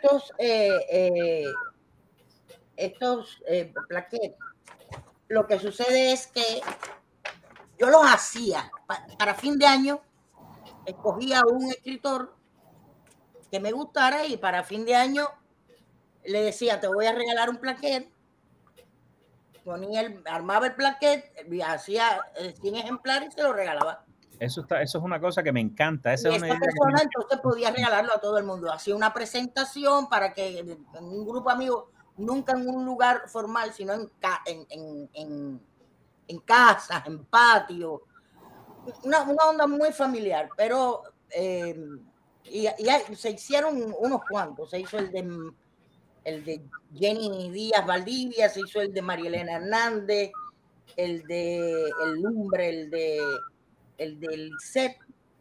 plaquettes, lo que sucede es que yo los hacía para fin de año, escogía un escritor que me gustara y para fin de año le decía, te voy a regalar un plaquet, armaba el plaquet, hacía 100 ejemplares y se lo regalaba. Eso es una cosa que me encanta. Esa persona entonces podía regalarlo a todo el mundo. Hacía una presentación para que en un grupo de amigos, nunca en un lugar formal, sino en casas, en patio. Una onda muy familiar, pero y se hicieron unos cuantos. Se hizo el de Jenny Díaz Valdivia, se hizo el de María Elena Hernández, el de El Lumbre, el de Lisette,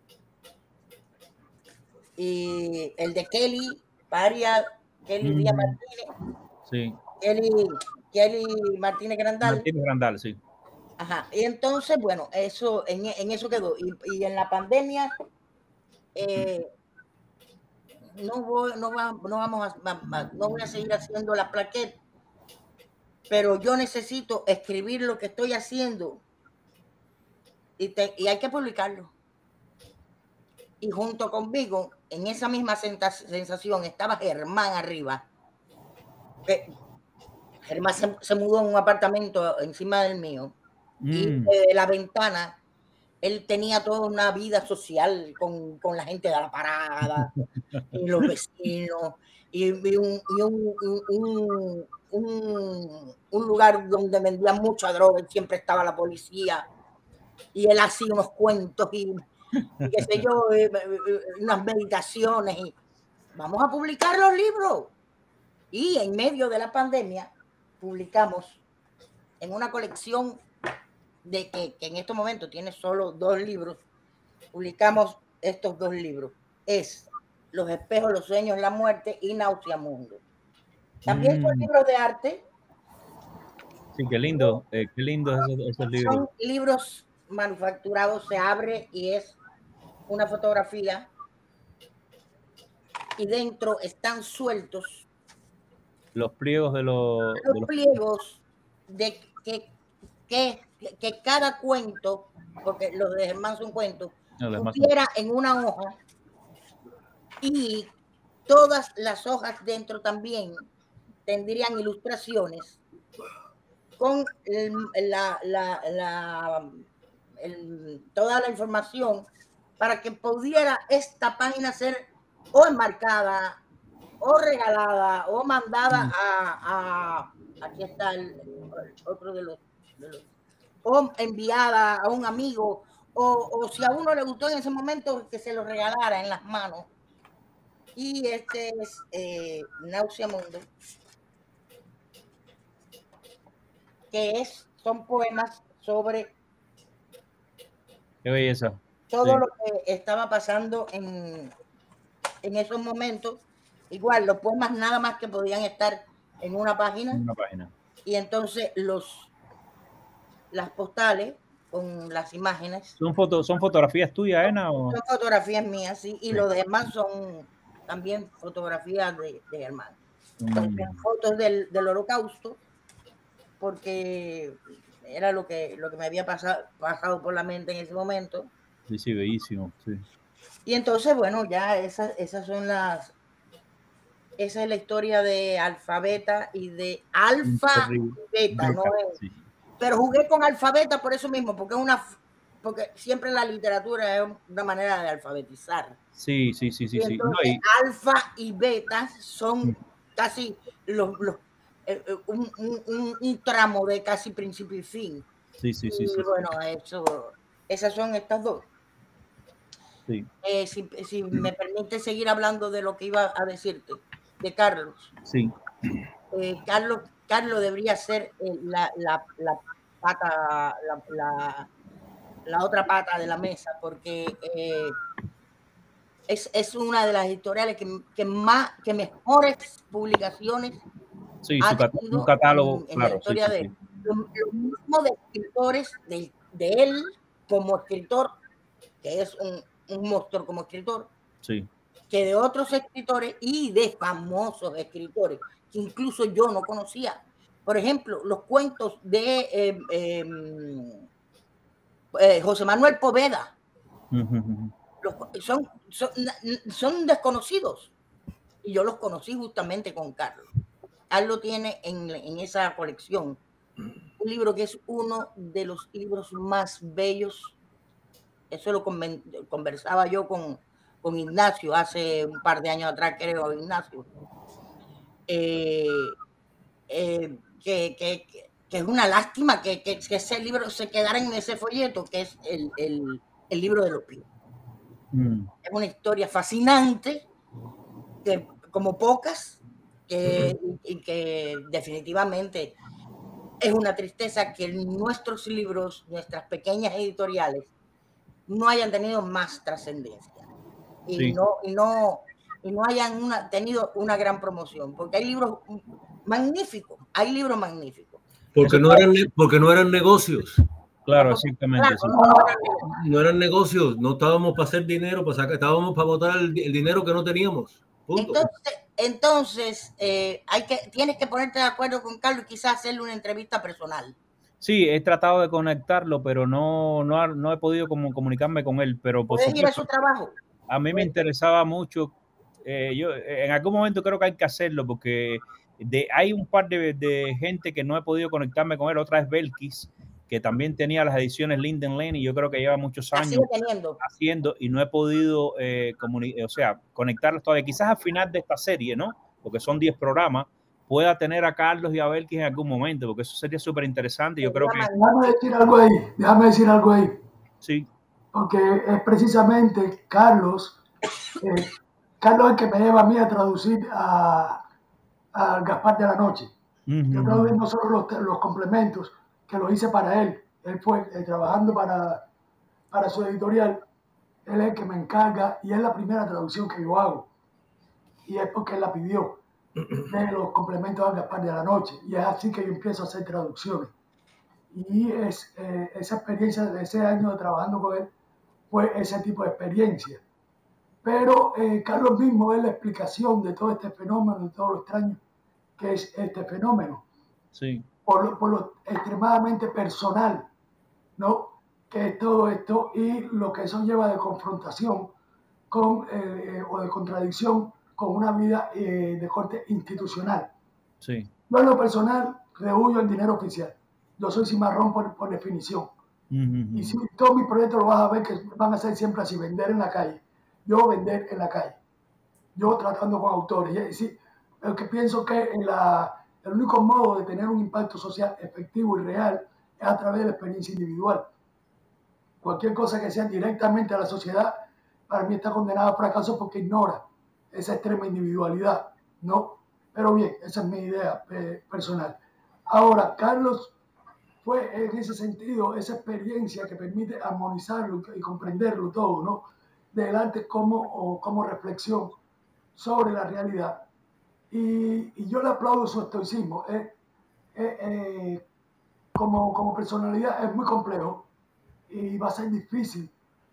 y el de Kelly Díaz Martínez. Sí. Kelly Martínez Grandal. Martínez Grandal, sí. Ajá. Y entonces, bueno, eso en eso quedó. Y en la pandemia no voy a seguir haciendo las plaquetas, pero yo necesito escribir lo que estoy haciendo y hay que publicarlo. Y junto conmigo, en esa misma sensación, estaba Germán arriba. Germán se mudó a un apartamento encima del mío. Y de la ventana, él tenía toda una vida social con la gente de la parada, y los vecinos, y un lugar donde vendían mucha droga y siempre estaba la policía. Y él hacía unos cuentos y qué sé yo, unas meditaciones, y vamos a publicar los libros. Y en medio de la pandemia publicamos en una colección que en estos momentos tiene solo 2 libros, publicamos estos 2 libros. Es Los espejos, los sueños, la muerte y Nauseamundo. También son libros de arte. Sí, qué lindo esos libros. Son libros manufacturados, se abre y es una fotografía y dentro están sueltos los pliegos de los pliegos de que cada cuento, porque los de Germán son cuentos, pusiera en una hoja, y todas las hojas dentro también tendrían ilustraciones con toda la información para que pudiera esta página ser o enmarcada o regalada o mandada aquí está el otro de los o enviada a un amigo o si a uno le gustó en ese momento, que se lo regalara en las manos. Y este es Nauseamundo, que son poemas sobre qué belleza. Todo lo que estaba pasando en esos momentos. Igual, los poemas nada más que podían estar en una página. Y entonces las postales con las imágenes. ¿Son fotografías tuyas, Ena? Son fotografías mías, sí. Y los demás son también fotografías de Germán. Fotos del Holocausto, porque era lo que me había pasado por la mente en ese momento. Sí, bellísimo, sí. Y entonces, bueno, ya esas son esa es la historia de Alfabeta y de Alfa y Beta, ¿no? Sí. Pero jugué con Alfabeta por eso mismo, porque siempre la literatura es una manera de alfabetizar. Sí. Entonces, Alfa y Beta son casi un tramo de casi principio y fin. Sí. Bueno, esas son estas 2. Sí. Si me permite seguir hablando de lo que iba a decirte, de Carlos. Sí. Carlos debería ser la pata, la otra pata de la mesa, porque es una de las editoriales que mejores publicaciones ha tenido un catálogo, en la historia de lo mismo de escritores de él como escritor, que es un monstruo como escritor, que de otros escritores y de famosos escritores que incluso yo no conocía. Por ejemplo, los cuentos de José Manuel Poveda son desconocidos y yo los conocí justamente con Carlos. Carlos tiene en esa colección un libro que es uno de los libros más bellos. Eso lo conversaba yo con Ignacio hace un par de años atrás, creo, Ignacio. Que es una lástima que ese libro se quedara en ese folleto, que es el libro de los Píos. Es una historia fascinante, que, como pocas, y que definitivamente es una tristeza que nuestros libros, nuestras pequeñas editoriales, no hayan tenido más trascendencia y no hayan tenido una gran promoción, porque hay libros magníficos, Porque no eran negocios. Claro, exactamente. No eran negocios, no estábamos para hacer dinero, estábamos para botar el dinero que no teníamos. Punto. Entonces tienes que ponerte de acuerdo con Carlos y quizás hacerle una entrevista personal. Sí, he tratado de conectarlo, pero no he podido comunicarme con él. Pero por supuesto, ir a su trabajo. A mí me interesaba mucho. Yo en algún momento creo que hay que hacerlo, porque hay un par de gente que no he podido conectarme con él. Otra es Belkis, que también tenía las ediciones Linden Lane, y yo creo que lleva muchos años haciendo, y no he podido conectarlos todavía. Quizás al final de esta serie, ¿no? Porque son 10 programas, pueda tener a Carlos y a Belkis en algún momento, porque eso sería súper interesante. Yo creo que... Déjame decir algo ahí. Sí. Porque es precisamente Carlos es el que me lleva a mí a traducir a Gaspar de la Noche. Yo traducí no solo los complementos, que lo hice para él. Él fue trabajando para su editorial. Él es el que me encarga y es la primera traducción que yo hago. Y es porque él la pidió, de los complementos a Gaspar de la Noche. Y es así que yo empiezo a hacer traducciones. Y esa experiencia de ese año de trabajando con él fue ese tipo de experiencia. Pero Carlos mismo es la explicación de todo este fenómeno, de todo lo extraño que es este fenómeno. Sí. Por lo extremadamente personal, ¿no? Que es todo esto y lo que eso lleva de confrontación o de contradicción con una vida de corte institucional. Sí. Yo en lo personal rehuyo el dinero oficial. Yo soy cimarrón por definición. Y si todos mis proyectos lo vas a ver que van a ser siempre así, vender en la calle. Yo vender en la calle. Yo tratando con autores. Es decir, el que pienso que el único modo de tener un impacto social efectivo y real es a través de la experiencia individual. Cualquier cosa que sea directamente a la sociedad, para mí está condenada a fracaso porque ignora esa extrema individualidad, ¿no? Pero bien, esa es mi idea personal. Ahora, Carlos fue en ese sentido esa experiencia que permite armonizarlo y comprenderlo todo, ¿no? Del arte como reflexión sobre la realidad. Y yo le aplaudo su estoicismo. Como personalidad es muy complejo y va a ser difícil.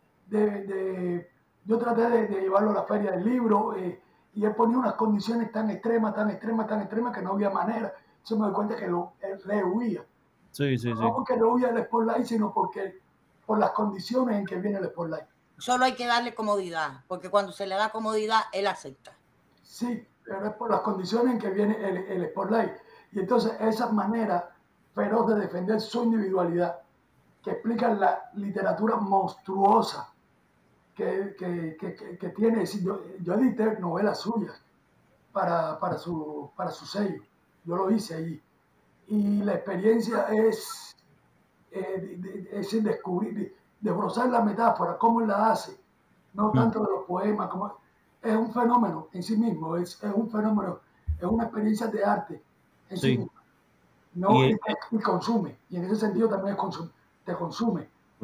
Yo traté de llevarlo a la feria del libro y él ponía unas condiciones tan extremas que no había manera. Entonces me doy cuenta que él rehuía. Sí. No porque rehuía el Spotlight, sino por las condiciones en que viene el Spotlight. Solo hay que darle comodidad, porque cuando se le da comodidad, él acepta. Sí, pero es por las condiciones en que viene el Spotlight. Y entonces esa manera feroz de defender su individualidad, que explica la literatura monstruosa que tiene. Yo edité novelas suyas para su sello. Yo lo hice allí. Y la experiencia es descubrir, desbrozar la metáfora, cómo él la hace, no tanto de los poemas, es un fenómeno en sí mismo, es un fenómeno, es una experiencia de arte en sí mismo. ¿No? Y consume, y en ese sentido también te consume. Claro.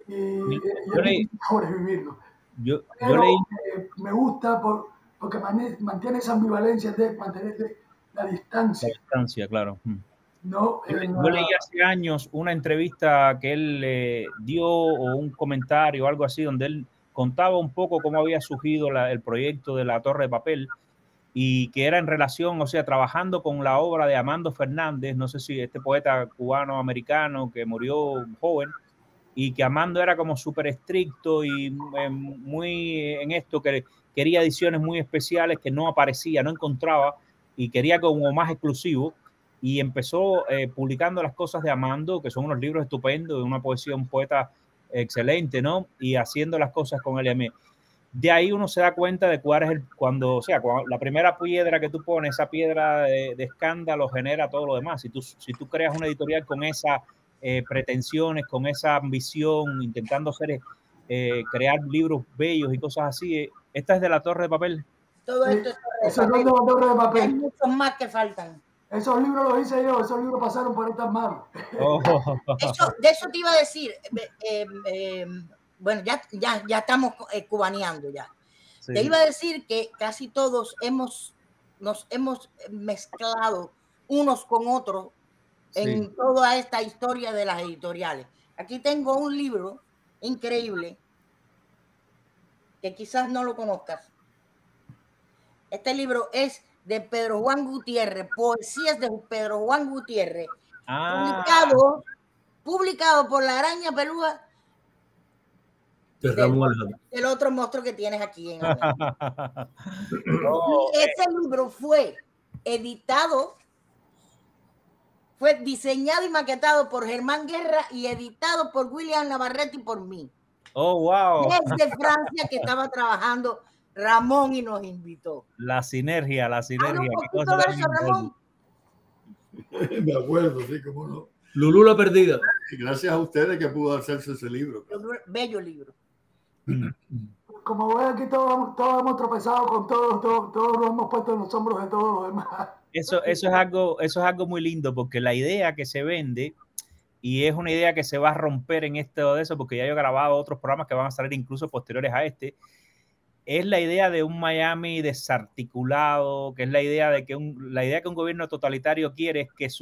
y es mejor vivirlo. Pero me gusta porque mantiene esa ambivalencia de mantener la distancia. La distancia, claro. No, yo leí hace años una entrevista que él dio o un comentario o algo así donde él contaba un poco cómo había surgido el proyecto de la Torre de Papel y que era en relación, o sea, trabajando con la obra de Amando Fernández, no sé si este poeta cubano-americano que murió joven, y que Amando era como súper estricto y muy en esto, que quería ediciones muy especiales que no aparecía, no encontraba y quería como más exclusivo. Y empezó publicando las cosas de Amando, que son unos libros estupendos, de una poesía, un poeta excelente, ¿no? Y haciendo las cosas con LM. De ahí uno se da cuenta de cuál es cuando la primera piedra que tú pones, esa piedra de escándalo genera todo lo demás. Si tú creas una editorial con esa pretensiones, con esa ambición, intentando crear libros bellos y cosas así, esta es de la Torre de Papel. Todo esto es de la Torre de Papel. Hay muchos más que faltan. Esos libros los hice yo, esos libros pasaron por estas manos. De eso te iba a decir. Bueno, ya estamos cubaneando ya. Sí. Te iba a decir que casi todos nos hemos mezclado unos con otros en toda esta historia de las editoriales. Aquí tengo un libro increíble que quizás no lo conozcas. Este libro es de Pedro Juan Gutiérrez, Poesías de Pedro Juan Gutiérrez, publicado por La Araña Pelúa del otro monstruo que tienes aquí en América. Ese libro fue editado, fue diseñado y maquetado por Germán Guerra y editado por William Navarrete y por mí. Oh, wow. Desde Francia, que estaba trabajando Ramón y nos invitó. La sinergia. ¿Qué cosa de eso, Ramón? Me acuerdo, sí, cómo no. Lulú la perdida. Gracias a ustedes que pudo hacerse ese libro. Bello libro. Como ven aquí todos hemos tropezado con todos lo hemos puesto en los hombros de todos los demás. Eso es algo muy lindo, porque la idea que se vende, y es una idea que se va a romper en esto de eso, porque ya yo he grabado otros programas que van a salir incluso posteriores a este, es la idea de un Miami desarticulado, que es la idea de que un gobierno totalitario quiere es que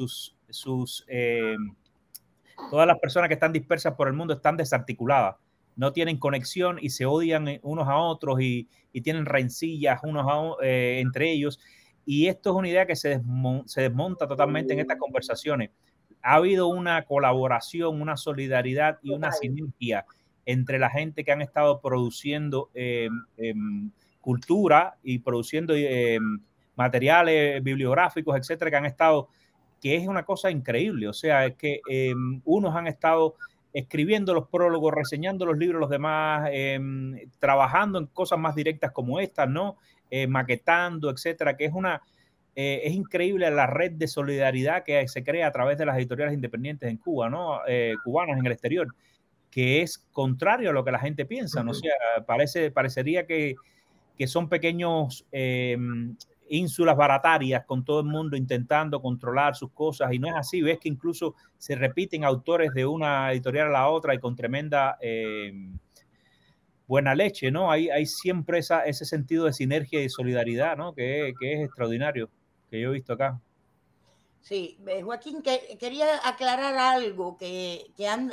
todas las personas que están dispersas por el mundo están desarticuladas, no tienen conexión y se odian unos a otros y tienen rencillas entre ellos. Y esto es una idea que se desmonta totalmente en estas conversaciones. Ha habido una colaboración, una solidaridad y una sinergia entre la gente que han estado produciendo cultura y produciendo materiales bibliográficos, etcétera, que es una cosa increíble. O sea, es que unos han estado escribiendo los prólogos, reseñando los libros, los demás, trabajando en cosas más directas como estas, ¿no? Maquetando, etcétera, que es increíble la red de solidaridad que se crea a través de las editoriales independientes en Cuba, ¿no? Cubanas en el exterior, que es contrario a lo que la gente piensa, ¿no? O sea, parecería que son pequeños ínsulas baratarias con todo el mundo intentando controlar sus cosas, y no es así. Ves que incluso se repiten autores de una editorial a la otra y con tremenda buena leche, ¿no? Hay siempre ese sentido de sinergia y solidaridad, ¿no? Que es extraordinario, que yo he visto acá. Sí, Joaquín, quería aclarar algo que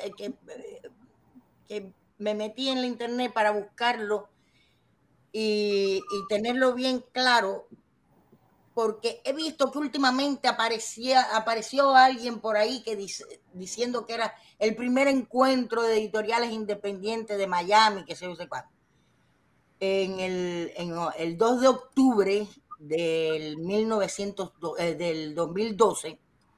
me metí en la internet para buscarlo y tenerlo bien claro, porque he visto que últimamente apareció alguien por ahí diciendo que era el primer encuentro de editoriales independientes de Miami, que se yo sé cuándo. En el 2 de octubre del 2012,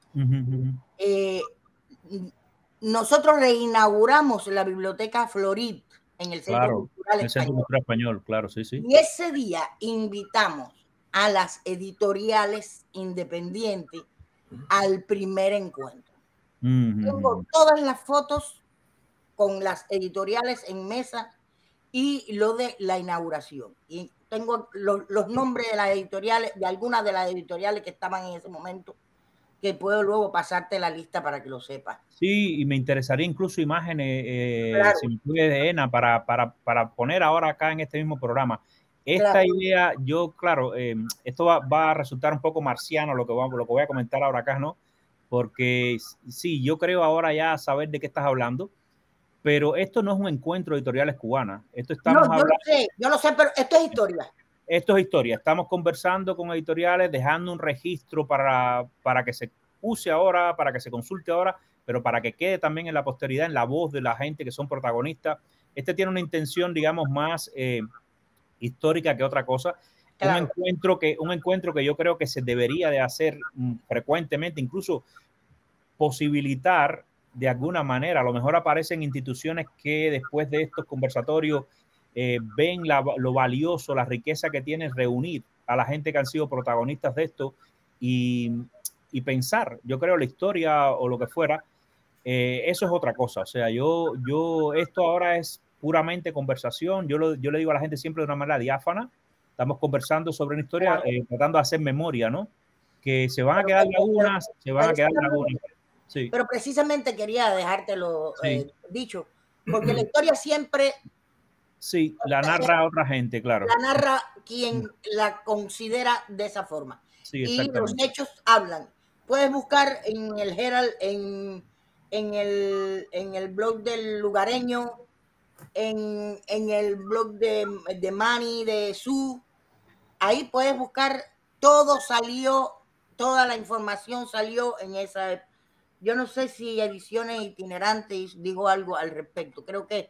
nosotros reinauguramos la Biblioteca Florid en el Centro Cultural Español. Claro, sí. Y ese día invitamos a las editoriales independientes al primer encuentro. Tengo todas las fotos con las editoriales en mesa y lo de la inauguración. Y tengo los nombres de las editoriales, de algunas de las editoriales que estaban en ese momento, que puedo luego pasarte la lista para que lo sepas. Sí, y me interesaría incluso imágenes, Claro. si me puede, de ENA, para poner ahora acá en este mismo programa. Esta Claro. idea, yo, claro, esto va a resultar un poco marciano lo que voy a comentar ahora acá, ¿no? Porque sí, yo creo ahora ya saber de qué estás hablando, pero esto no es un encuentro de editoriales cubanas. Esto estamos hablando, yo lo sé, pero esto es historia. Esto es historia. Estamos conversando con editoriales, dejando un registro para que se use ahora, para que se consulte ahora, pero para que quede también en la posteridad, en la voz de la gente que son protagonistas. Este tiene una intención, digamos, más histórica que otra cosa. Claro. Un encuentro que yo creo que se debería de hacer frecuentemente, incluso posibilitar de alguna manera. A lo mejor aparecen instituciones que después de estos conversatorios ven lo valioso, la riqueza que tiene reunir a la gente que han sido protagonistas de esto y pensar, yo creo, la historia o lo que fuera, eso es otra cosa. O sea, esto ahora es puramente conversación. Yo le digo a la gente siempre de una manera diáfana. Estamos conversando sobre una historia, tratando de hacer memoria, ¿no? Que se van a quedar lagunas, Sí. Pero precisamente quería dejártelo dicho, porque la historia siempre... Sí, la narra otra gente, claro. La narra quien la considera de esa forma. Sí, y los hechos hablan. Puedes buscar en el Herald, en el blog del lugareño, en el blog de Manny, de Sue. Ahí puedes buscar, todo salió, toda la información salió en esa. Yo no sé si Ediciones Itinerantes dijo algo al respecto. Creo que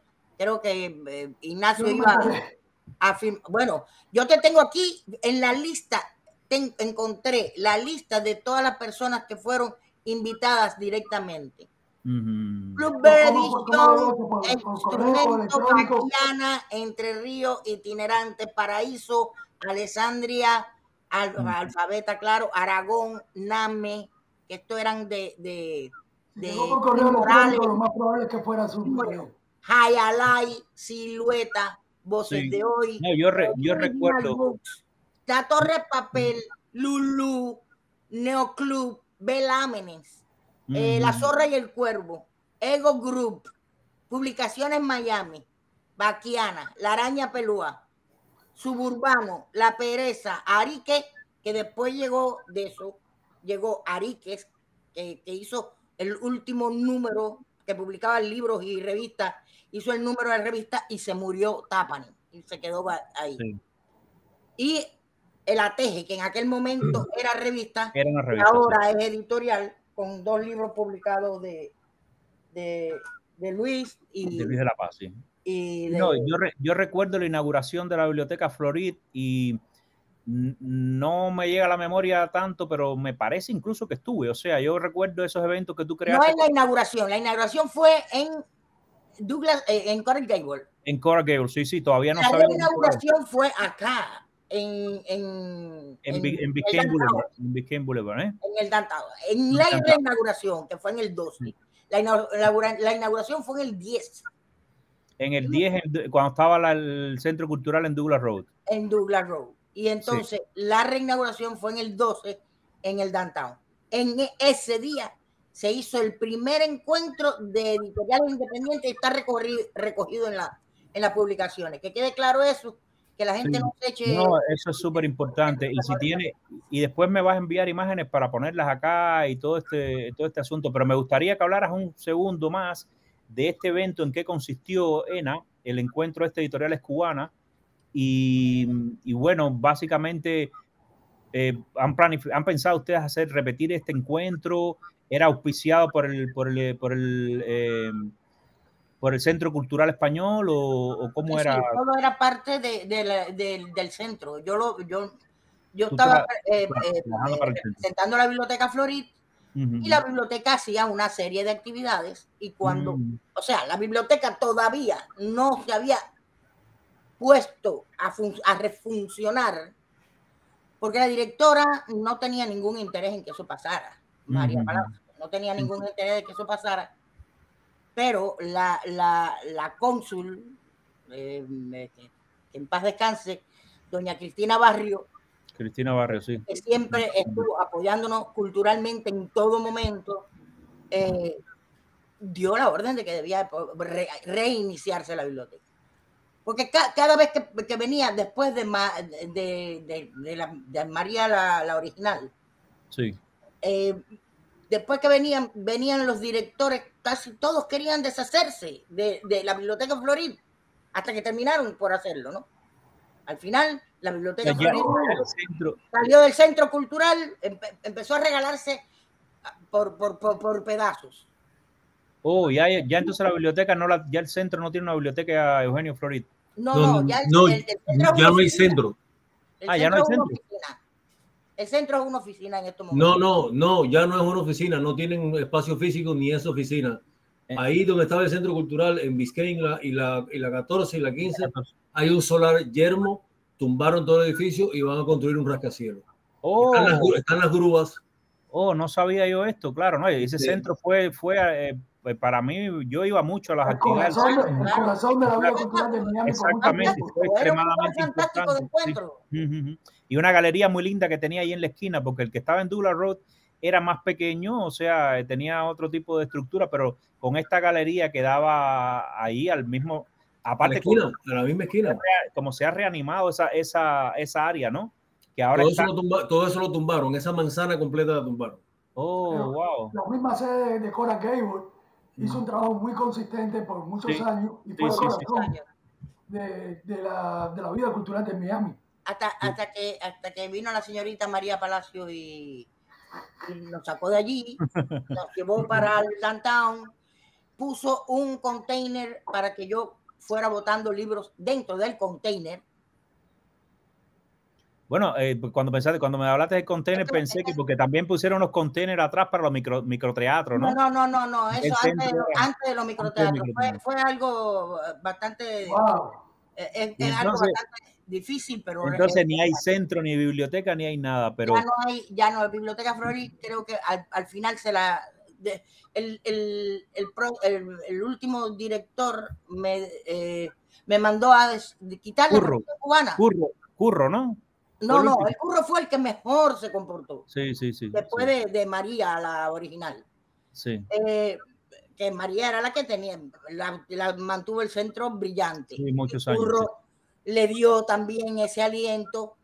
Ignacio iba a bueno, yo te tengo aquí en la lista, encontré la lista de todas las personas que fueron invitadas directamente. Blueberry Edition, Instrumento, Baquiana, Entre Ríos, Itinerante, Paraíso, Alessandria, Alfabeta, claro, Aragón, Name, que estos eran de Morales. Lo más probable es que fuera su Hayalay, Silueta, Voces de Hoy, no, yo recuerdo Books, La Torre Papel, Lulu, Neoclub, Belámenes, La Zorra y el Cuervo, Ego Group, Publicaciones Miami, Baquiana, La Araña Pelúa, Suburbano, La Pereza, Arique, que después llegó Ariques, que hizo el último número, que publicaba libros y revistas, hizo el número de revista y se murió Tapani y se quedó ahí. Sí. Y el Ateje, que en aquel momento era revista, y ahora es editorial, con 2 libros publicados de Luis y de Luis de la Paz, sí. Yo recuerdo la inauguración de la Biblioteca Florit y no me llega a la memoria tanto, pero me parece incluso que estuve. O sea, yo recuerdo esos eventos que tú creaste. No es la inauguración fue en Douglas, en Coral Gable. En Coral Gable, sí, todavía no sabía. La inauguración fue acá, en Biscayne Boulevard, ¿eh? En el downtown. En la inauguración, que fue en el 12. La inauguración fue en el 10. En el 10, cuando estaba el Centro Cultural en Douglas Road. En Douglas Road. Y entonces la reinauguración fue en el 12 en el downtown. En ese día se hizo el primer encuentro de editoriales independientes y está recogido en las publicaciones. Que quede claro eso, que la gente no se eche... No, eso es súper importante. Y después me vas a enviar imágenes para ponerlas acá y todo este asunto. Pero me gustaría que hablaras un segundo más de este evento, en qué consistió, ENA, el encuentro de editoriales cubanas. Y bueno, básicamente han pensado ustedes repetir este encuentro. ¿Era auspiciado por el Centro Cultural Español o cómo era? Sí, todo era parte del centro. Yo estaba representando la Biblioteca Florit y la biblioteca hacía una serie de actividades y cuando, o sea, la biblioteca todavía no se había puesto a refuncionar porque la directora no tenía ningún interés en que eso pasara. María Palazzo no tenía ningún interés de que eso pasara, pero la cónsul, que en paz descanse, doña Cristina Barrio, Cristina Barrios, sí. Que siempre estuvo apoyándonos culturalmente en todo momento, dio la orden de que debía reiniciarse la biblioteca. Porque cada vez que venía, después de María la original, sí. Después que venían los directores, casi todos querían deshacerse de la Biblioteca Florida, hasta que terminaron por hacerlo, ¿no? Al final, la Biblioteca Florida salió del centro cultural, empezó a regalarse por pedazos. Oh, ya entonces la biblioteca, ya el centro no tiene una biblioteca, Eugenio Florit. No, ya ya no hay centro. Ya no hay centro. El centro es una oficina en estos momentos. No, ya no es una oficina, no tienen espacio físico ni es oficina. Ahí donde estaba el centro cultural, en Biscayne y la 14 y la 15, hay un solar yermo, tumbaron todo el edificio y van a construir un rascacielos. Están las grúas. Oh, no sabía yo esto, claro, no, ese centro fue para mí, yo iba mucho a las actividades. El corazón de la vida cultural de Miami. Exactamente, fue extremadamente importante. Sí. Y una galería muy linda que tenía ahí en la esquina, porque el que estaba en Douglas Road era más pequeño, o sea, tenía otro tipo de estructura, pero con esta galería que daba ahí al mismo, aparte a la misma esquina. Como se ha reanimado esa área, ¿no? Que ahora todo eso lo tumbaron, esa manzana completa la tumbaron. Oh, pero wow. La misma sede de Coral Gables hizo un trabajo muy consistente por muchos años y fue el corazón de la vida cultural de Miami. Hasta que vino la señorita María Palacio y nos sacó de allí, nos llevó para el downtown, puso un container para que yo fuera botando libros dentro del container. Bueno, cuando me hablaste del container, pensé que porque también pusieron unos containers atrás para los microteatros, ¿no? No, eso antes de los microteatros. Fue algo bastante... Wow. Es algo bastante difícil, pero... Entonces ni hay centro, ni biblioteca, ni hay nada, pero... Ya no hay Biblioteca Florida, creo que al final el último director me mandó a quitar la Revolución Cubana. Curro, ¿no? No, el Curro fue el que mejor se comportó. Sí. Después de María, la original. Sí. Que María era la que tenía, la mantuvo el centro brillante. Sí, muchos años. Curro le dio también ese aliento,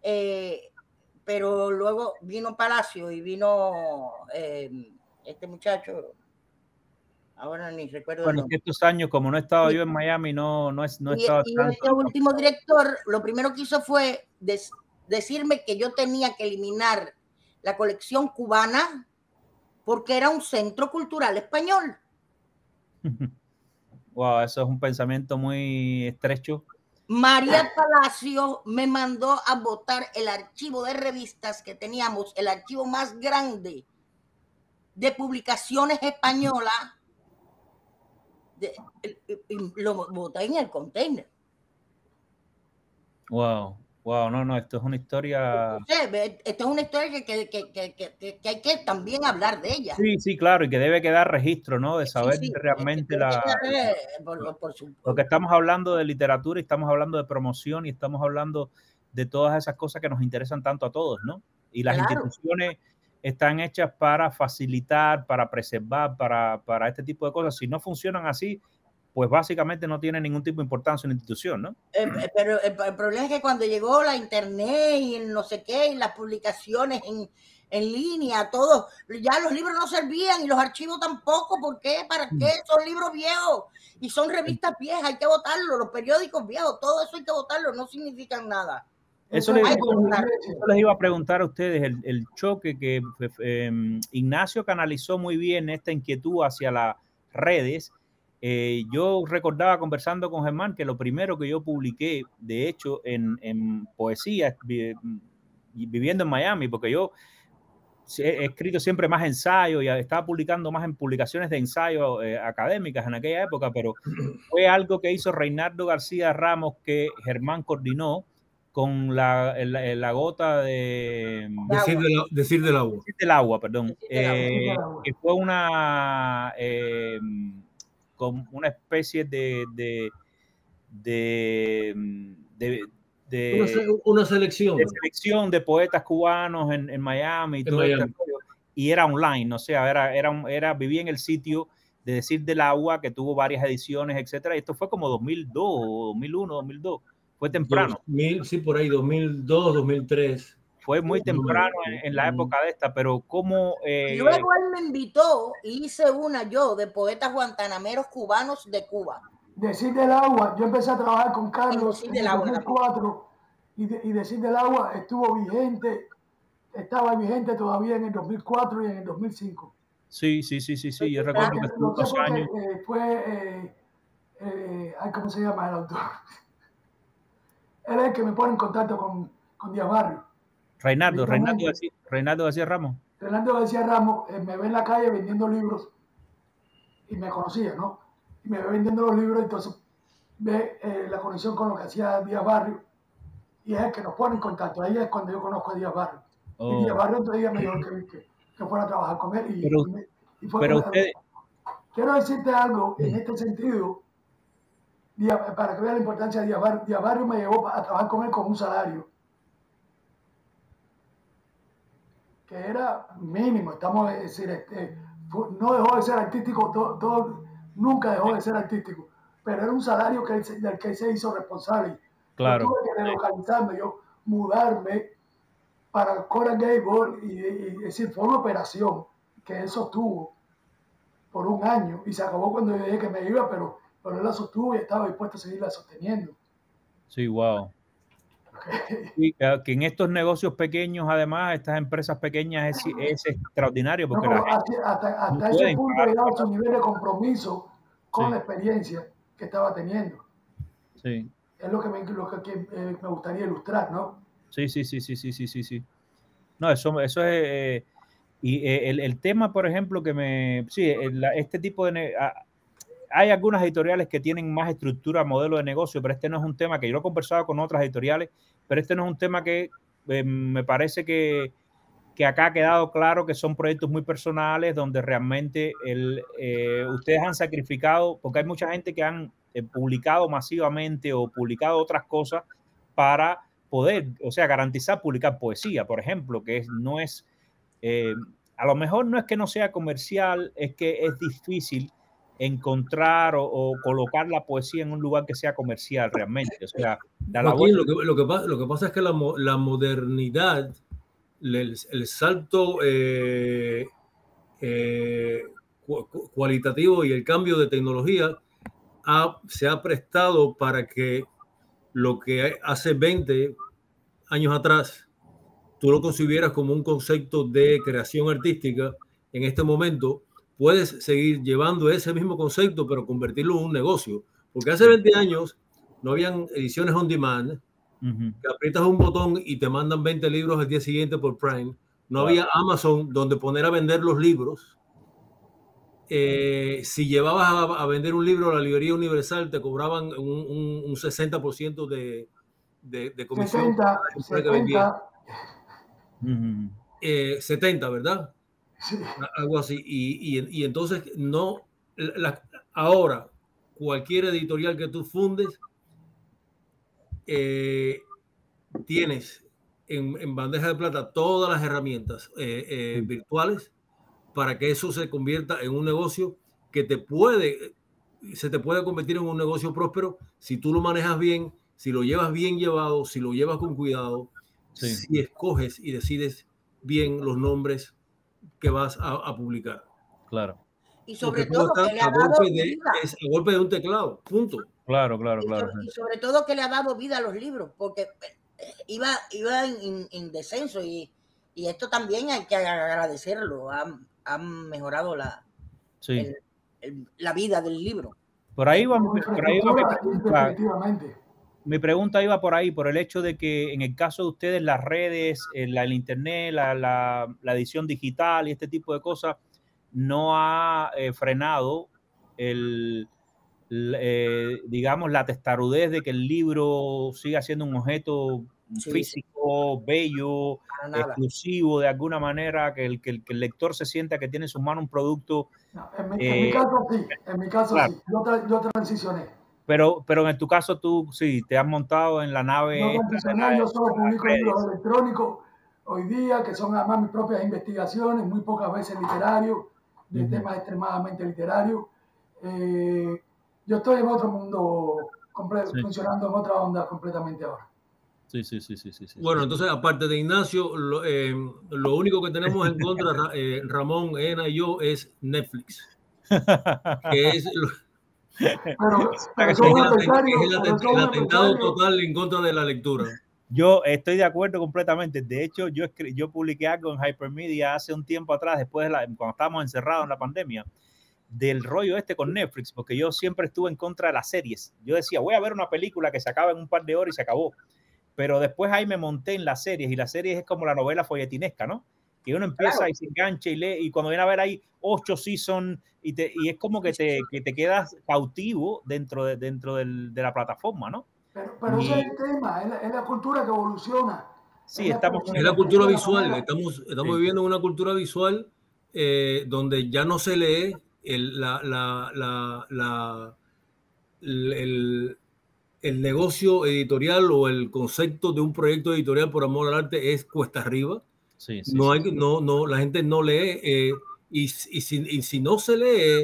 pero luego vino Palacio y vino este muchacho, ahora ni recuerdo. Bueno, que estos años, como no he estado yo en Miami, no he estado. Y este último director, lo primero que hizo fue decirme que yo tenía que eliminar la colección cubana porque era un centro cultural español. Wow, eso es un pensamiento muy estrecho. María Palacio me mandó a botar el archivo de revistas que teníamos, el archivo más grande de publicaciones españolas, lo boté en el container. Wow, no, esto es una historia... Esto es una historia que hay que también hablar de ella. Sí, claro, y que debe quedar registro, ¿no? De saber realmente porque estamos hablando de literatura y estamos hablando de promoción y estamos hablando de todas esas cosas que nos interesan tanto a todos, ¿no? Y las instituciones están hechas para facilitar, para preservar, para este tipo de cosas. Si no funcionan así, pues básicamente no tiene ningún tipo de importancia en la institución, ¿no? Pero el problema es que cuando llegó la internet y el no sé qué, y las publicaciones en línea, todo, ya los libros no servían y los archivos tampoco. ¿Por qué? ¿Para qué? Son libros viejos y son revistas viejas, hay que botarlos, los periódicos viejos, todo eso hay que botarlo, no significan nada. Eso les iba a preguntar a ustedes, el choque que Ignacio canalizó muy bien esta inquietud hacia las redes. Yo recordaba conversando con Germán que lo primero que yo publiqué, de hecho, en poesía, viviendo en Miami, porque yo he escrito siempre más ensayos y estaba publicando más en publicaciones de ensayos académicas en aquella época, pero fue algo que hizo Reinaldo García Ramos, que Germán coordinó con la gota de... Decir del agua. Decir del agua, perdón. Que fue una... con una especie de una selección de poetas cubanos en Miami y todo esto. Y era online, o sea, vivía en el sitio de Decir del Agua, que tuvo varias ediciones, etcétera. Esto fue como 2002, 2001, 2002. Fue temprano. 2000, sí, por ahí, 2002, 2003. Fue muy temprano en la época de esta, pero como... Luego él me invitó y hice una yo de poetas guantanameros cubanos de Cuba. Decir del Agua, yo empecé a trabajar con Carlos en el 2004 y Decir del Agua estuvo vigente, estaba vigente todavía en el 2004 y en el 2005. Sí, yo recuerdo que estuvo 2 años. Fue, ¿cómo se llama el autor? Él es el que me pone en contacto con Díaz Barrio. Reinaldo García Ramos. Reinaldo García Ramos me ve en la calle vendiendo libros y me conocía, ¿no? Y me ve vendiendo los libros, entonces ve la conexión con lo que hacía Díaz Barrio y es el que nos pone en contacto. Ahí es cuando yo conozco a Díaz Barrio. Y Díaz Barrio entonces me dijo que fuera a trabajar con él. Quiero decirte algo en este sentido, para que veas la importancia de Díaz Barrio. Díaz Barrio me llevó a trabajar con él con un salario que era mínimo, es decir, no dejó de ser artístico, nunca dejó de ser artístico, pero era un salario del que él se hizo responsable. Claro. Yo tuve que relocalizarme, mudarme para Coral Gable y decir, fue una operación que él sostuvo por 1 año y se acabó cuando yo dije que me iba, pero él la sostuvo y estaba dispuesto a seguirla sosteniendo. Sí, wow. Sí, que en estos negocios pequeños, además, estas empresas pequeñas es extraordinario porque hasta ese punto llegaba su nivel de compromiso con la experiencia que estaba teniendo. Sí. Es lo que me gustaría ilustrar, ¿no? Sí. No, eso es... y el tema, por ejemplo, este tipo de... hay algunas editoriales que tienen más estructura, modelo de negocio, pero este no es un tema que yo he conversado con otras editoriales, pero este no es un tema que me parece que acá ha quedado claro que son proyectos muy personales donde realmente ustedes han sacrificado, porque hay mucha gente que han publicado masivamente o publicado otras cosas para poder, o sea, garantizar publicar poesía, por ejemplo, que no es, a lo mejor no es que no sea comercial, es que es difícil encontrar o colocar la poesía en un lugar que sea comercial realmente. O sea, Joaquín, lo que pasa es que la modernidad, el salto cualitativo y el cambio de tecnología se ha prestado para que lo que hace 20 años atrás tú lo concibieras como un concepto de creación artística, en este momento puedes seguir llevando ese mismo concepto, pero convertirlo en un negocio. Porque hace 20 años no habían ediciones on demand, que aprietas un botón y te mandan 20 libros al día siguiente por Prime. No había Amazon donde poner a vender los libros. Si llevabas a vender un libro a la librería Universal, te cobraban un 60% de comisión. 70, ¿verdad? Sí. Algo así. Y entonces, ahora, cualquier editorial que tú fundes, tienes en bandeja de plata todas las herramientas virtuales para que eso se convierta en un negocio que se te puede convertir en un negocio próspero si tú lo manejas bien, si lo llevas bien llevado, si lo llevas con cuidado, si escoges y decides bien los nombres que vas a publicar. Claro. Y sobre todo que le ha dado vida. Es a golpe de un teclado, punto. Claro. Y sobre todo que le ha dado vida a los libros, porque iba en descenso y esto también hay que agradecerlo. Han mejorado la vida del libro. Por ahí va mi pregunta iba por ahí, por el hecho de que en el caso de ustedes las redes, el internet, la edición digital y este tipo de cosas no ha frenado digamos, la testarudez de que el libro siga siendo un objeto físico, bello, exclusivo de alguna manera, que el lector se sienta que tiene en sus manos un producto. En mi caso sí, Yo transicioné. Pero en tu caso tú sí, te has montado en la nave. No convencional, yo solo publico libros electrónicos hoy día, que son además mis propias investigaciones, muy pocas veces literarios, de temas extremadamente literarios. Yo estoy en otro mundo, funcionando en otra onda completamente ahora. Sí. Bueno, entonces, aparte de Ignacio, lo único que tenemos en contra, Ramón, Ena y yo, es Netflix. Que es el atentado total en contra de la lectura. Yo estoy de acuerdo completamente. De hecho, yo publiqué algo en Hypermedia hace un tiempo atrás, después cuando estábamos encerrados en la pandemia, del rollo con Netflix, porque yo siempre estuve en contra de las series. Yo decía, voy a ver una película que se acaba en un par de horas y se acabó. Pero después ahí me monté en las series, y las series es como la novela folletinesca, ¿no? Que uno empieza y se engancha y lee, y cuando viene a ver ahí 8 seasons, y es como que te quedas cautivo dentro de la plataforma, ¿no? Pero ese es el tema, es la cultura que evoluciona. Sí, es la cultura visual. Estamos viviendo en una cultura visual donde ya no se lee el negocio editorial o el concepto de un proyecto editorial por amor al arte es cuesta arriba. La gente no lee, y si no se lee,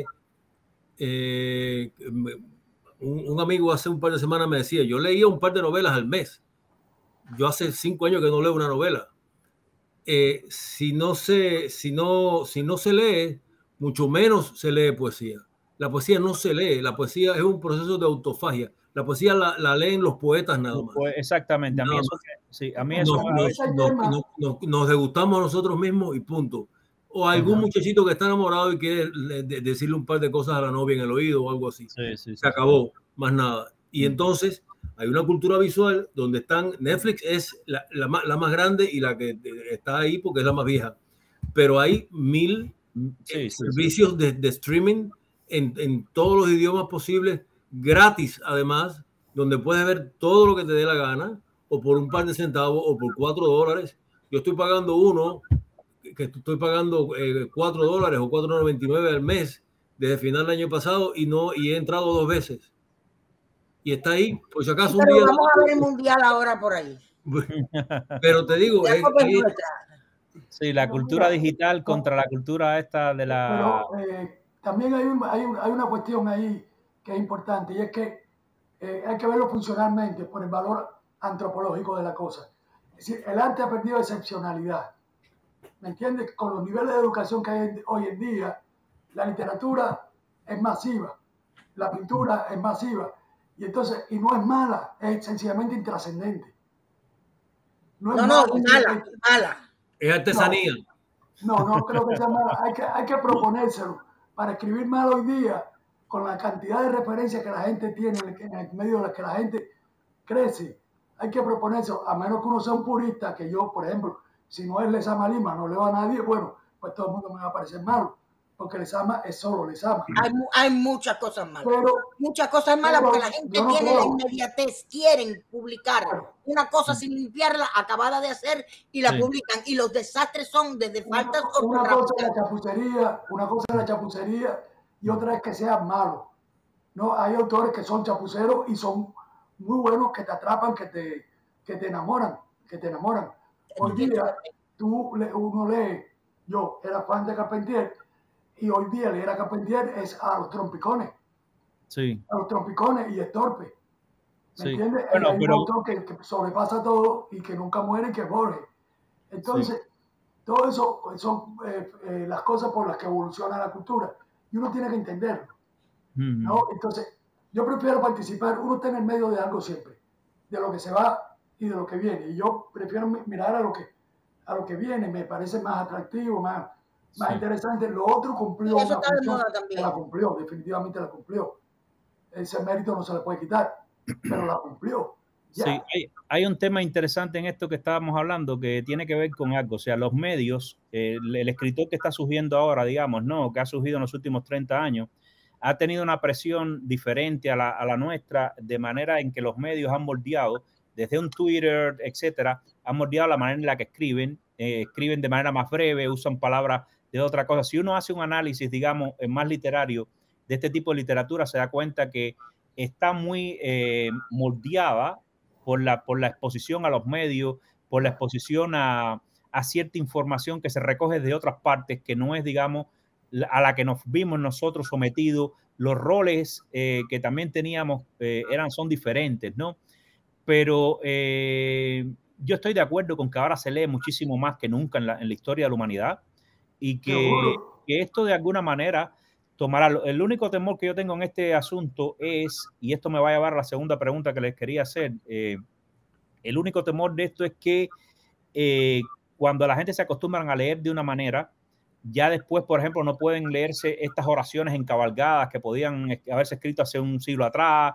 un amigo hace un par de semanas me decía, yo leía un par de novelas al mes. Yo hace 5 años que no leo una novela. Si no se lee, mucho menos se lee poesía. La poesía no se lee, la poesía es un proceso de autofagia. La poesía la leen los poetas nada más. Exactamente. A mí eso nos degustamos a nosotros mismos y punto. O algún muchachito que está enamorado y quiere decirle un par de cosas a la novia en el oído o algo así. Se acabó, más nada. Y entonces hay una cultura visual donde Netflix es la más grande y la que está ahí porque es la más vieja. Pero hay 1000 servicios de streaming en todos los idiomas posibles, gratis además, donde puedes ver todo lo que te dé la gana, o por un par de centavos, o por $4. Yo estoy pagando $4 o $4.99 al mes desde final del año pasado, y he entrado 2 veces. Y está ahí, por si acaso un día. Vamos a ver el mundial ahora por ahí. Pero te digo, sí, la cultura digital contra la cultura esta de la... Pero también hay una cuestión ahí que es importante, y es que hay que verlo funcionalmente por el valor antropológico de la cosa. Es decir, el arte ha perdido excepcionalidad. ¿Me entiendes? Con los niveles de educación que hay hoy en día, la literatura es masiva, la pintura es masiva, y no es mala, es sencillamente intrascendente. No es mala. Es artesanía. No creo que sea mala. Hay que proponérselo. Para escribir mal hoy día, con la cantidad de referencias que la gente tiene, en el medio de las que la gente crece, hay que proponérselo, a menos que uno sea un purista, que yo, por ejemplo, si no es Lezama Lima, no leo a nadie, bueno, pues todo el mundo me va a parecer malo, porque Lezama es solo Lezama. Hay muchas cosas malas. Muchas cosas malas porque la gente tiene la inmediatez, quieren publicar una cosa sin limpiarla, acabada de hacer, y la publican. Y los desastres son desde faltas una cosa es la chapucería y otra es que sea malo. No, hay autores que son chapuceros y son muy buenos, que te atrapan, que te enamoran. Hoy día uno lee, yo era fan de Carpentier, y hoy día leer a Carpentier es a los trompicones. Sí. A los trompicones, y es torpe. ¿Me entiendes? Hay un autor que sobrepasa todo y que nunca muere, que es Borges. Entonces, todo eso son las cosas por las que evoluciona la cultura. Y uno tiene que entenderlo. ¿No? Entonces, yo prefiero participar. Uno está en el medio de algo siempre, de lo que se va y de lo que viene. Y yo prefiero mirar a lo que viene. Me parece más atractivo, más interesante. Lo otro cumplió una función, la cumplió, definitivamente la cumplió. Ese mérito no se le puede quitar, pero la cumplió. Sí, hay un tema interesante en esto que estábamos hablando que tiene que ver con algo. O sea, los medios, el escritor que está surgiendo ahora, digamos, ¿no? Que ha surgido en los últimos 30 años, ha tenido una presión diferente a la nuestra, de manera en que los medios han moldeado, desde un Twitter, etcétera, han moldeado la manera en la que escriben de manera más breve, usan palabras de otra cosa. Si uno hace un análisis, digamos, más literario de este tipo de literatura, se da cuenta que está muy moldeada por la exposición a los medios, por la exposición a cierta información que se recoge de otras partes, que no es, digamos, a la que nos vimos nosotros sometidos. Los roles que también teníamos son diferentes, ¿no? Pero yo estoy de acuerdo con que ahora se lee muchísimo más que nunca en la historia de la humanidad, y que esto de alguna manera tomará. El único temor que yo tengo en este asunto es, y esto me va a llevar a la segunda pregunta que les quería hacer, el único temor de esto es que cuando la gente se acostumbran a leer de una manera, ya después, por ejemplo, no pueden leerse estas oraciones encabalgadas que podían haberse escrito hace un siglo atrás,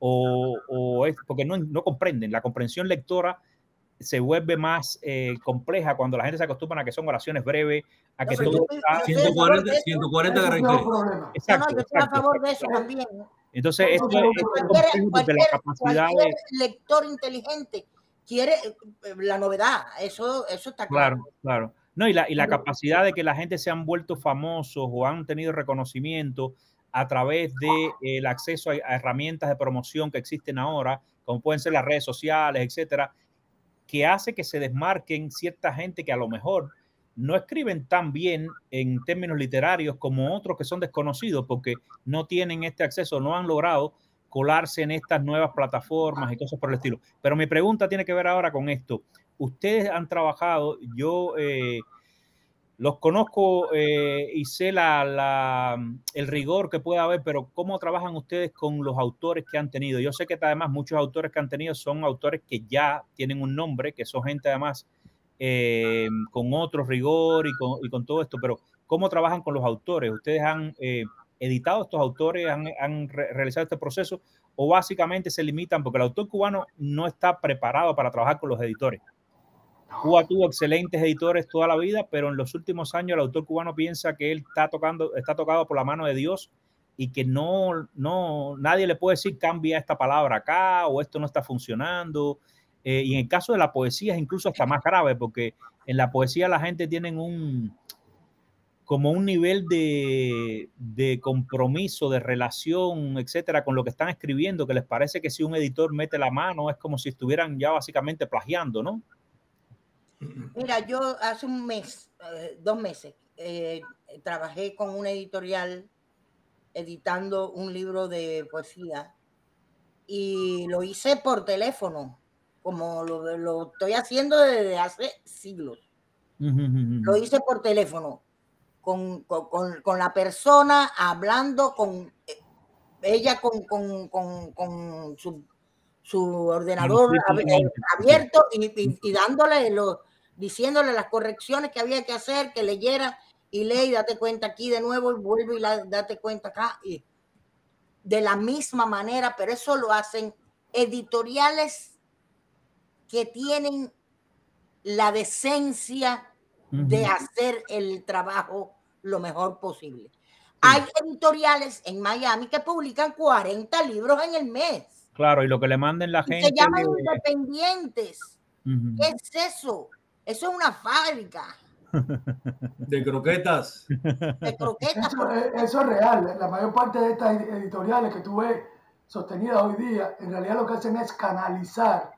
porque no comprenden. La comprensión lectora se vuelve más compleja cuando la gente se acostumbra a que son oraciones breves, a que todo está 140 caracteres. Exacto, yo estoy a favor de eso también. Entonces, esto es de la capacidad cualquier lector inteligente quiere la novedad, eso está claro. Claro. No, y la capacidad de que la gente se han vuelto famosos o han tenido reconocimiento a través del acceso a herramientas de promoción que existen ahora, como pueden ser las redes sociales, etcétera, que hace que se desmarquen cierta gente que a lo mejor no escriben tan bien en términos literarios como otros que son desconocidos porque no tienen este acceso, no han logrado colarse en estas nuevas plataformas y cosas por el estilo. Pero mi pregunta tiene que ver ahora con esto. Ustedes han trabajado, yo los conozco y sé el rigor que puede haber, pero ¿cómo trabajan ustedes con los autores que han tenido? Yo sé que además muchos autores que han tenido son autores que ya tienen un nombre, que son gente además con otro rigor y con todo esto, pero ¿cómo trabajan con los autores? ¿Ustedes han editado estos autores, han realizado este proceso, o básicamente se limitan porque el autor cubano no está preparado para trabajar con los editores? Cuba tuvo excelentes editores toda la vida, pero en los últimos años el autor cubano piensa que él está tocado por la mano de Dios y que nadie le puede decir cambia esta palabra acá o esto no está funcionando. Y en el caso de la poesía es incluso hasta más grave, porque en la poesía la gente tiene como un nivel de compromiso, de relación, etcétera, con lo que están escribiendo, que les parece que si un editor mete la mano es como si estuvieran ya básicamente plagiando, ¿no? Mira, yo hace un mes, 2 meses, trabajé con una editorial editando un libro de poesía y lo hice por teléfono, como lo estoy haciendo desde hace siglos. Lo hice por teléfono, con la persona, hablando con ella, con su ordenador abierto y dándole diciéndole las correcciones que había que hacer, que leyera y lee y date cuenta aquí de nuevo y vuelve y date cuenta acá, y de la misma manera, pero eso lo hacen editoriales que tienen la decencia de hacer el trabajo lo mejor posible. Sí. Hay editoriales en Miami que publican 40 libros en el mes. Claro, y lo que le manden la gente. Se llaman independientes. ¿Qué es eso? Eso es una fábrica. De croquetas. De croquetas. Eso es real. La mayor parte de estas editoriales que tú ves sostenidas hoy día, en realidad lo que hacen es canalizar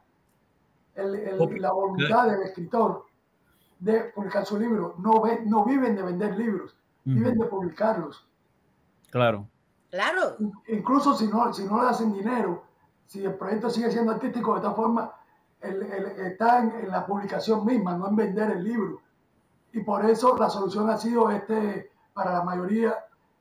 la voluntad del escritor de publicar su libro. No viven de vender libros, viven de publicarlos. Claro. Claro. Incluso si no le hacen dinero, si el proyecto sigue siendo artístico, de esta forma está en la publicación misma, no en vender el libro. Y por eso la solución ha sido para la mayoría,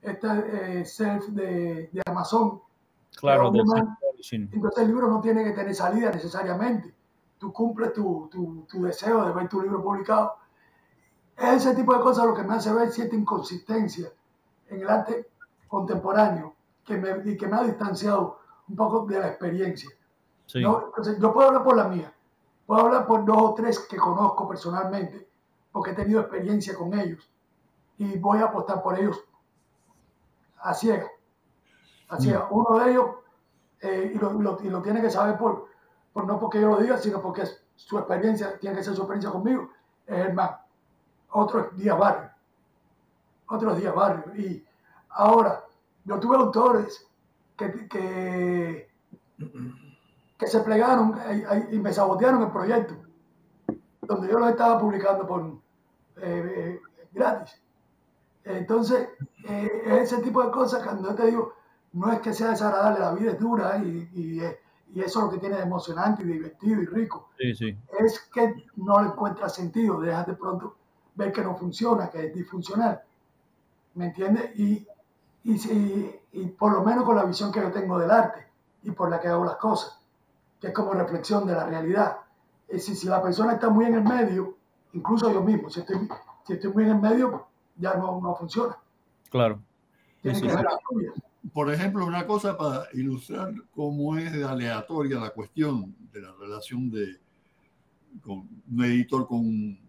self de Amazon. Claro. Entonces el libro no tiene que tener salida necesariamente. Tú cumples tu deseo de ver tu libro publicado. Ese tipo de cosas lo que me hace ver cierta inconsistencia en el arte contemporáneo que me ha distanciado un poco de la experiencia. Sí. ¿No? Entonces, yo puedo hablar por la mía, puedo hablar por 2 o 3 que conozco personalmente, porque he tenido experiencia con ellos y voy a apostar por ellos a ciegas. Uno de ellos, y lo tiene que saber por no porque yo lo diga, sino porque es su experiencia, tiene que ser su experiencia conmigo, es el más. Otro es Díaz Barrio. Y ahora, yo tuve autores que se plegaron y me sabotearon el proyecto, donde yo los estaba publicando por gratis. Entonces, ese tipo de cosas, cuando yo te digo, no es que sea desagradable, la vida es dura y eso es lo que tiene de emocionante y divertido y rico. Sí, sí. Es que no le encuentras sentido, dejas de pronto ver que no funciona, que es disfuncional. ¿Me entiendes? Y por lo menos con la visión que yo tengo del arte y por la que hago las cosas, que es como reflexión de la realidad. Si la persona está muy en el medio, incluso yo mismo, si estoy muy en el medio, ya no funciona. Claro. Tiene que ser la tuya. Por ejemplo, una cosa para ilustrar cómo es aleatoria la cuestión de la relación con un editor con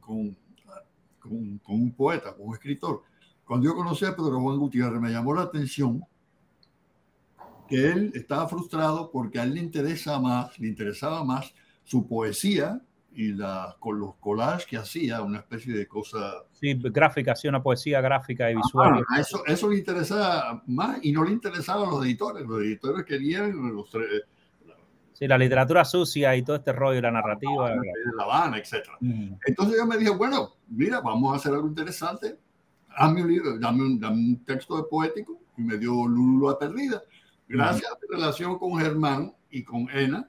un poeta, con un escritor. Cuando yo conocí a Pedro Juan Gutiérrez, me llamó la atención que él estaba frustrado porque a él le interesaba más su poesía y con los collages que hacía, una especie de cosa... Sí, gráfica, hacía una poesía gráfica y visual. Eso le interesaba más y no le interesaba a los editores. Los editores querían sí, la literatura sucia y todo este rollo, la narrativa. De La Habana, etc. Entonces yo me dije, bueno, mira, vamos a hacer algo interesante. Hazme un libro, dame un texto de poético, y me dio Lulu la Perdida. Gracias a mi relación con Germán y con Ena,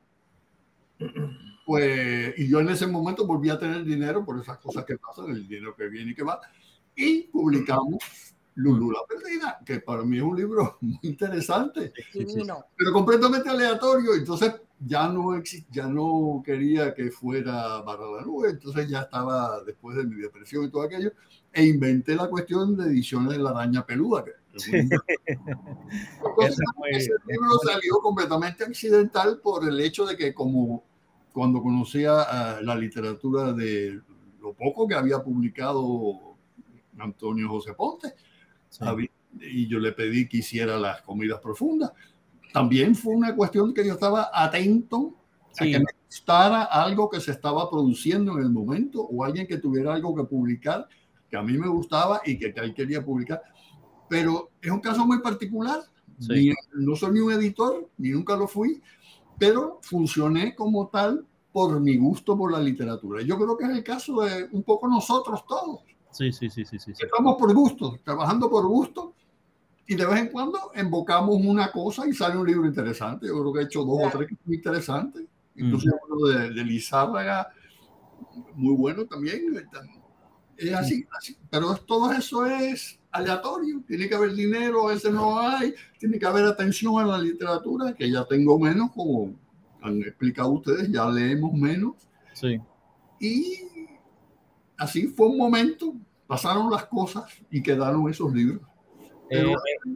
pues, y yo en ese momento volví a tener dinero por esas cosas que pasan, el dinero que viene y que va, y publicamos Lulu la Perdida, que para mí es un libro muy interesante, pero completamente aleatorio. Entonces ya no quería que fuera Barra la Nube, entonces ya estaba después de mi depresión y todo aquello, e inventé la cuestión de ediciones de La Araña Peluda. Entonces, ese libro salió completamente accidental por el hecho de que cuando conocía la literatura de lo poco que había publicado Antonio José Ponte, y yo le pedí que hiciera Las Comidas Profundas. También fue una cuestión que yo estaba atento a que me gustara algo que se estaba produciendo en el momento, o alguien que tuviera algo que publicar que a mí me gustaba y que él quería publicar. Pero es un caso muy particular. No soy ni un editor, ni nunca lo fui, pero funcioné como tal por mi gusto por la literatura. Yo creo que es el caso de un poco nosotros todos. Sí. Estamos por gusto, trabajando por gusto, y de vez en cuando invocamos una cosa y sale un libro interesante. Yo creo que he hecho 2 o 3 que son interesantes. Incluso uno de Lizárraga, muy bueno también. Es así. Pero todo eso es aleatorio. Tiene que haber dinero, a veces no hay. Tiene que haber atención a la literatura, que ya tengo menos, como han explicado ustedes, ya leemos menos. Sí. Y así fue un momento, pasaron las cosas y quedaron esos libros. Pero,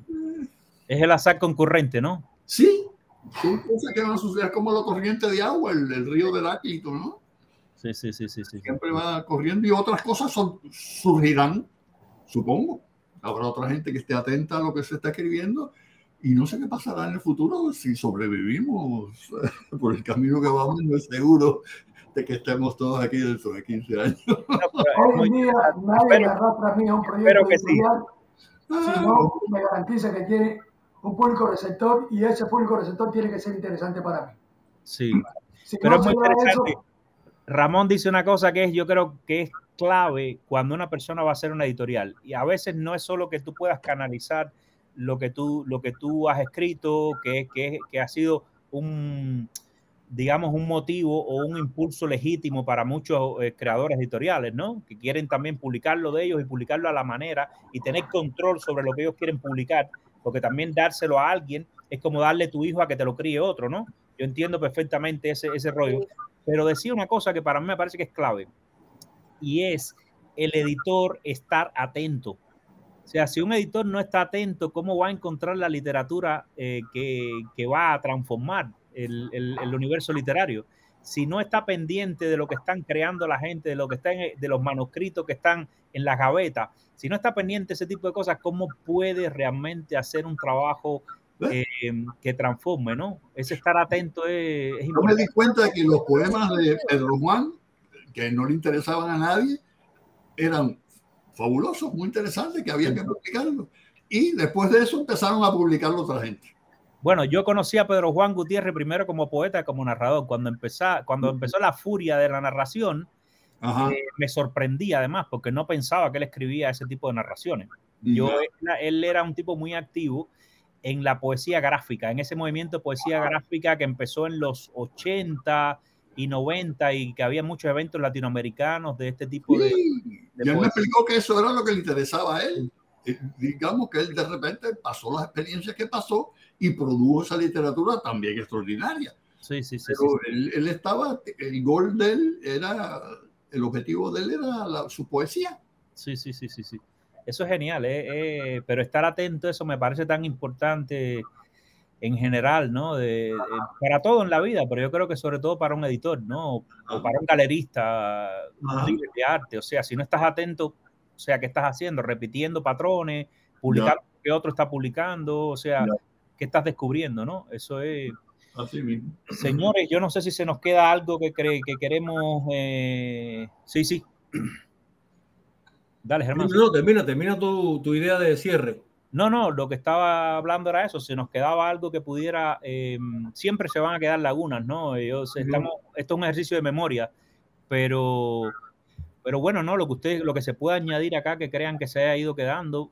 es el azar concurrente, ¿no? Sí, son cosas que van a suceder como la corriente de agua, el río de Heráclito, ¿no? Sí. Siempre va corriendo y otras cosas surgirán, supongo. Habrá otra gente que esté atenta a lo que se está escribiendo y no sé qué pasará en el futuro si sobrevivimos por el camino que vamos. No es seguro de que estemos todos aquí dentro de 15 años. Hoy en día nadie me arrastra a mí a un proyecto editorial, sino me garantiza que tiene un público receptor y ese público receptor tiene que ser interesante para mí. Sí, pero es muy interesante. Ramón dice una cosa que yo creo que es clave cuando una persona va a hacer una editorial, y a veces no es solo que tú puedas canalizar lo que tú has escrito, que ha sido un motivo o un impulso legítimo para muchos creadores editoriales, ¿no? Que quieren también publicarlo de ellos y publicarlo a la manera y tener control sobre lo que ellos quieren publicar, porque también dárselo a alguien es como darle tu hijo a que te lo críe otro, ¿no? Yo entiendo perfectamente ese rollo. Pero decía una cosa que para mí me parece que es clave, y es el editor estar atento. O sea, si un editor no está atento, ¿cómo va a encontrar la literatura que va a transformar el universo literario? Si no está pendiente de lo que están creando la gente, de lo que está de los manuscritos que están en las gavetas, si no está pendiente de ese tipo de cosas, ¿cómo puede realmente hacer un trabajo que transforme, ¿no? Ese estar atento es importante. Yo me di cuenta de que los poemas de Pedro Juan, que no le interesaban a nadie, eran fabulosos, muy interesantes, que había que publicarlos. Y después de eso empezaron a publicarlo otra gente. Bueno, yo conocí a Pedro Juan Gutiérrez primero como poeta, como narrador. Cuando empezó la furia de la narración, me sorprendía además, porque no pensaba que él escribía ese tipo de narraciones. Él era un tipo muy activo en la poesía gráfica, en ese movimiento de poesía gráfica que empezó en los 80 y 90 y que había muchos eventos latinoamericanos de este tipo de y él me explicó que eso era lo que le interesaba a él. Digamos que él de repente pasó las experiencias que pasó y produjo esa literatura también extraordinaria. Sí. Pero él estaba, el gol de él era, el objetivo de él era su poesía. Sí. Eso es genial, pero estar atento a eso me parece tan importante en general, ¿no? Para todo en la vida, pero yo creo que sobre todo para un editor, ¿no? O para un galerista, un líder de arte. O sea, si no estás atento, o sea, ¿qué estás haciendo? Repitiendo patrones, publicando lo que otro está publicando, o sea, ¿qué estás descubriendo, no? Eso es... Así mismo. Señores, yo no sé si se nos queda algo que queremos... Sí. Dale, Germán. No, termina tu idea de cierre. No, lo que estaba hablando era eso, si nos quedaba algo que pudiera, siempre se van a quedar lagunas, ¿no? Esto es un ejercicio de memoria, pero bueno, ¿no? Lo que se pueda añadir acá que crean que se haya ido quedando.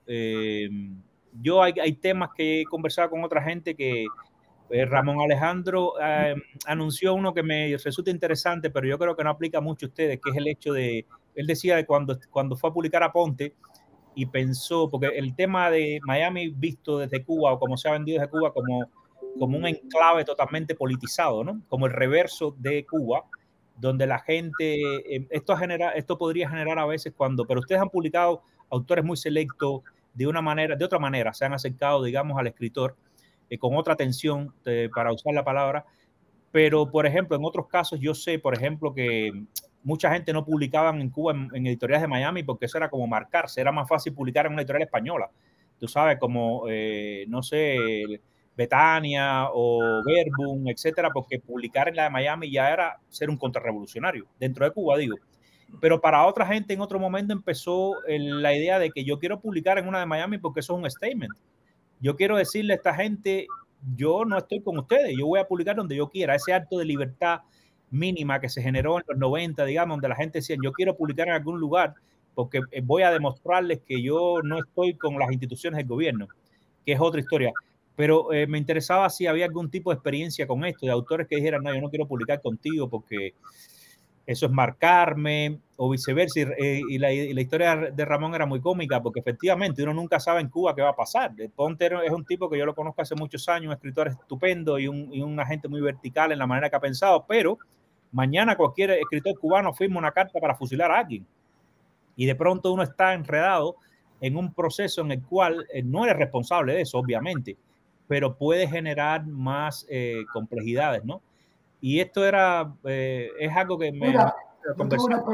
Yo hay temas que he conversado con otra gente que Ramón Alejandro anunció uno que me resulta interesante, pero yo creo que no aplica mucho a ustedes, que es el hecho de, él decía de cuando fue a publicar Aponte, y pensó, porque el tema de Miami visto desde Cuba, o como se ha vendido desde Cuba, como un enclave totalmente politizado, ¿no? Como el reverso de Cuba, donde la gente, esto podría generar a veces pero ustedes han publicado autores muy selectos, de otra manera, se han acercado, digamos, al escritor, con otra atención, para usar la palabra, pero, por ejemplo, en otros casos yo sé, por ejemplo, que mucha gente no publicaban en Cuba en editoriales de Miami porque eso era como marcarse, era más fácil publicar en una editorial española, tú sabes, como, no sé, Betania o Verbum, etcétera, porque publicar en la de Miami ya era ser un contrarrevolucionario, dentro de Cuba, digo. Pero para otra gente en otro momento empezó la idea de que yo quiero publicar en una de Miami porque eso es un statement. Yo quiero decirle a esta gente, yo no estoy con ustedes, yo voy a publicar donde yo quiera. Ese acto de libertad mínima que se generó en los 90, digamos, donde la gente decía, yo quiero publicar en algún lugar porque voy a demostrarles que yo no estoy con las instituciones del gobierno, que es otra historia. Pero me interesaba si había algún tipo de experiencia con esto, de autores que dijeran, no, yo no quiero publicar contigo porque eso es marcarme, o viceversa. Y la historia de Ramón era muy cómica, porque efectivamente uno nunca sabe en Cuba qué va a pasar. Ponte es un tipo que yo lo conozco hace muchos años, un escritor estupendo y un agente muy vertical en la manera que ha pensado, pero mañana cualquier escritor cubano firma una carta para fusilar a alguien. Y de pronto uno está enredado en un proceso en el cual no eres responsable de eso, obviamente, pero puede generar más complejidades, ¿no? Y esto es algo que me... Mira, yo tuve una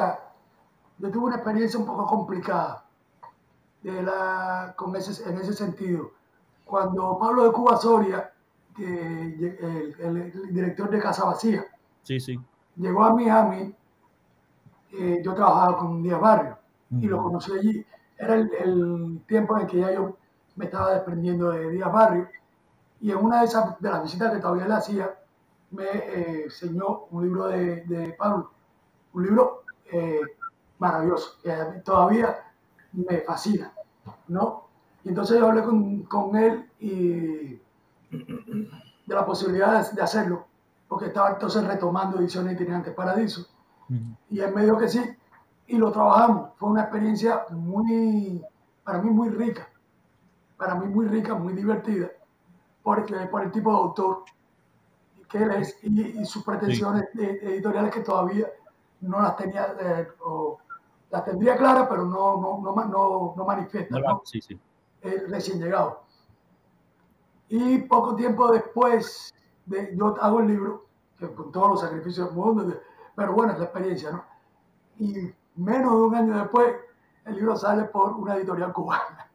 experiencia un poco complicada en ese sentido. Cuando Pablo de Cuba Soria, el director de Casa Vacía, llegó a Miami, yo trabajaba con Díaz Barrio y lo conocí allí. Era el tiempo en que ya yo me estaba desprendiendo de Díaz Barrio, y en una de las visitas que todavía le hacía, me enseñó un libro de Pablo, un libro maravilloso, que todavía me fascina, ¿no? Y entonces yo hablé con él y de la posibilidad de hacerlo, porque estaba entonces retomando Ediciones Itinerantes Paradiso, y él me dijo que sí, y lo trabajamos. Fue una experiencia para mí muy rica, muy divertida, por el tipo de autor que él es y sus pretensiones editoriales, que todavía no las tenía, o las tendría claras, pero no manifiesta, ¿no? Recién llegado. Y poco tiempo después, yo hago el libro, que con todos los sacrificios del mundo, pero bueno, es la experiencia, ¿no? Y menos de un año después, el libro sale por una editorial cubana.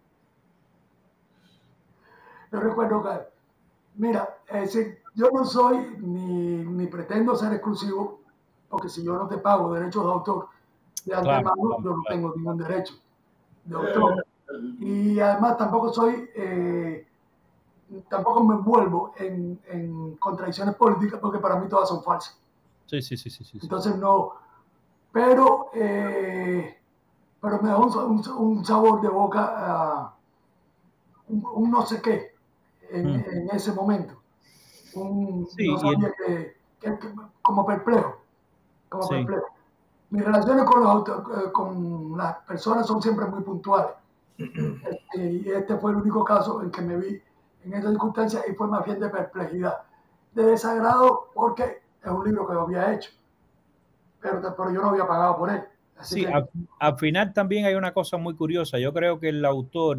Yo recuerdo que, mira, yo no soy ni pretendo ser exclusivo, porque si yo no te pago derechos de autor de antemano, yo no tengo ningún derecho de autor. Y además tampoco soy tampoco me envuelvo en contradicciones políticas porque para mí todas son falsas. Sí. Entonces no, pero me da un sabor de boca, un no sé qué en ese momento. No sabía como perplejo. Mis relaciones con las personas son siempre muy puntuales. Y este fue el único caso en que me vi en esa circunstancia y fue más bien de perplejidad, de desagrado, porque es un libro que yo había hecho, pero yo no había pagado por él. Así que... al final también hay una cosa muy curiosa. Yo creo que el autor,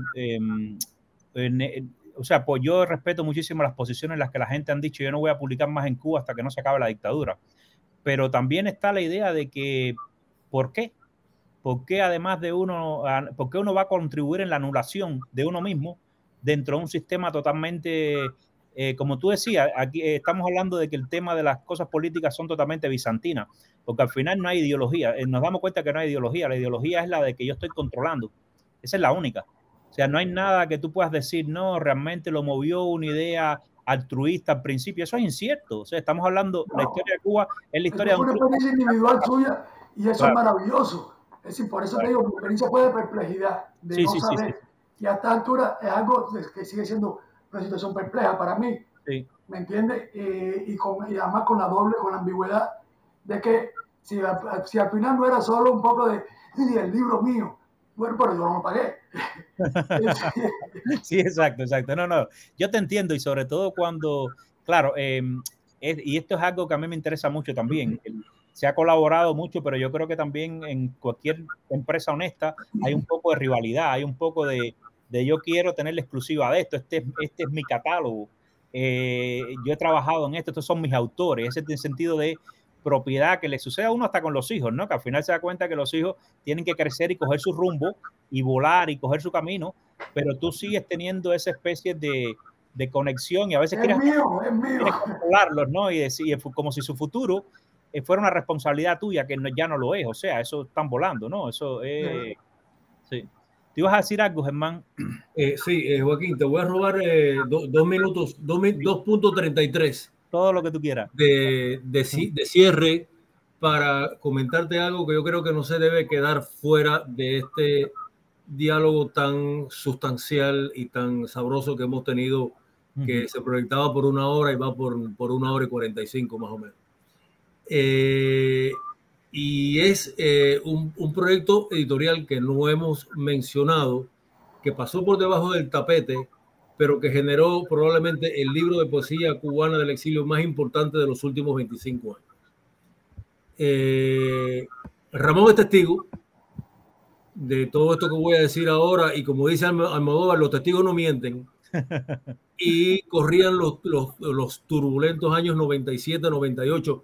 o sea, pues yo respeto muchísimo las posiciones en las que la gente han dicho yo no voy a publicar más en Cuba hasta que no se acabe la dictadura. Pero también está la idea de que, ¿por qué? ¿Por qué además de uno, por qué uno va a contribuir en la anulación de uno mismo dentro de un sistema totalmente, como tú decías, aquí estamos hablando de que el tema de las cosas políticas son totalmente bizantinas, porque al final no hay ideología, nos damos cuenta que no hay ideología, la ideología es la de que yo estoy controlando, esa es la única. O sea, no hay nada que tú puedas decir, no, realmente lo movió una idea altruista al principio, eso es incierto. O sea, estamos hablando, la historia de Cuba es la historia de una experiencia individual suya y eso es maravilloso. Es decir, por eso te digo, mi experiencia fue de perplejidad, de no saber. Y a esta altura es algo que sigue siendo una situación perpleja para mí. ¿Me entiendes? Y además con la ambigüedad de que si al final no era solo un poco de el libro mío, bueno, pero yo no lo pagué. Sí, exacto. No, yo te entiendo y sobre todo cuando, claro, y esto es algo que a mí me interesa mucho también. Se ha colaborado mucho, pero yo creo que también en cualquier empresa honesta hay un poco de rivalidad, hay un poco de yo quiero tener la exclusiva de esto, este es mi catálogo, yo he trabajado en esto, estos son mis autores, ese es el sentido de propiedad que le sucede a uno hasta con los hijos, ¿no? Que al final se da cuenta que los hijos tienen que crecer y coger su rumbo y volar y coger su camino, pero tú sigues teniendo esa especie de conexión y a veces quieres controlarlos, ¿no? Y decir, como si su futuro fuera una responsabilidad tuya que ya no lo es, o sea, eso están volando, ¿no? Eso es... Sí. ¿Te ibas a decir algo, Germán? Sí, Joaquín, te voy a robar 2 minutos, 2.33. Todo lo que tú quieras. De cierre para comentarte algo que yo creo que no se debe quedar fuera de este diálogo tan sustancial y tan sabroso que hemos tenido, que se proyectaba por 1 hora y va por 1 hora y 45 más o menos. Y es un proyecto editorial que no hemos mencionado, que pasó por debajo del tapete, pero que generó probablemente el libro de poesía cubana del exilio más importante de los últimos 25 años. Ramón es testigo de todo esto que voy a decir ahora, y como dice Almodóvar, los testigos no mienten. Y corrían los turbulentos años 97, 98,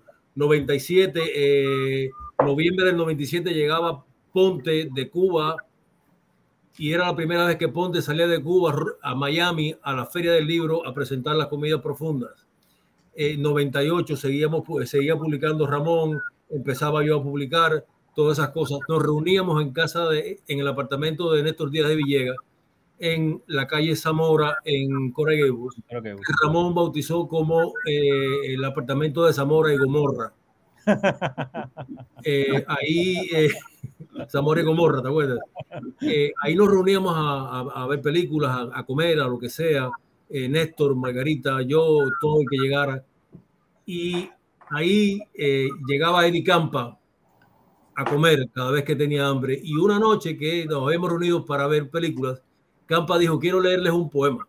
97, noviembre del 97 llegaba Ponte de Cuba y era la primera vez que Ponte salía de Cuba a Miami a la Feria del Libro a presentar las comidas profundas. 98 seguía publicando Ramón, empezaba yo a publicar todas esas cosas. Nos reuníamos en en el apartamento de Néstor Díaz de Villegas, en la calle Zamora, en Coraguebus. Ramón bautizó como el apartamento de Zamora y Gomorra. Zamora y Gomorra, ¿te acuerdas? Ahí nos reuníamos a ver películas, a comer, a lo que sea. Néstor, Margarita, yo, todo el que llegara. Y ahí llegaba Eddie Campa a comer cada vez que tenía hambre. Y una noche que nos habíamos reunido para ver películas, Campa dijo, quiero leerles un poema.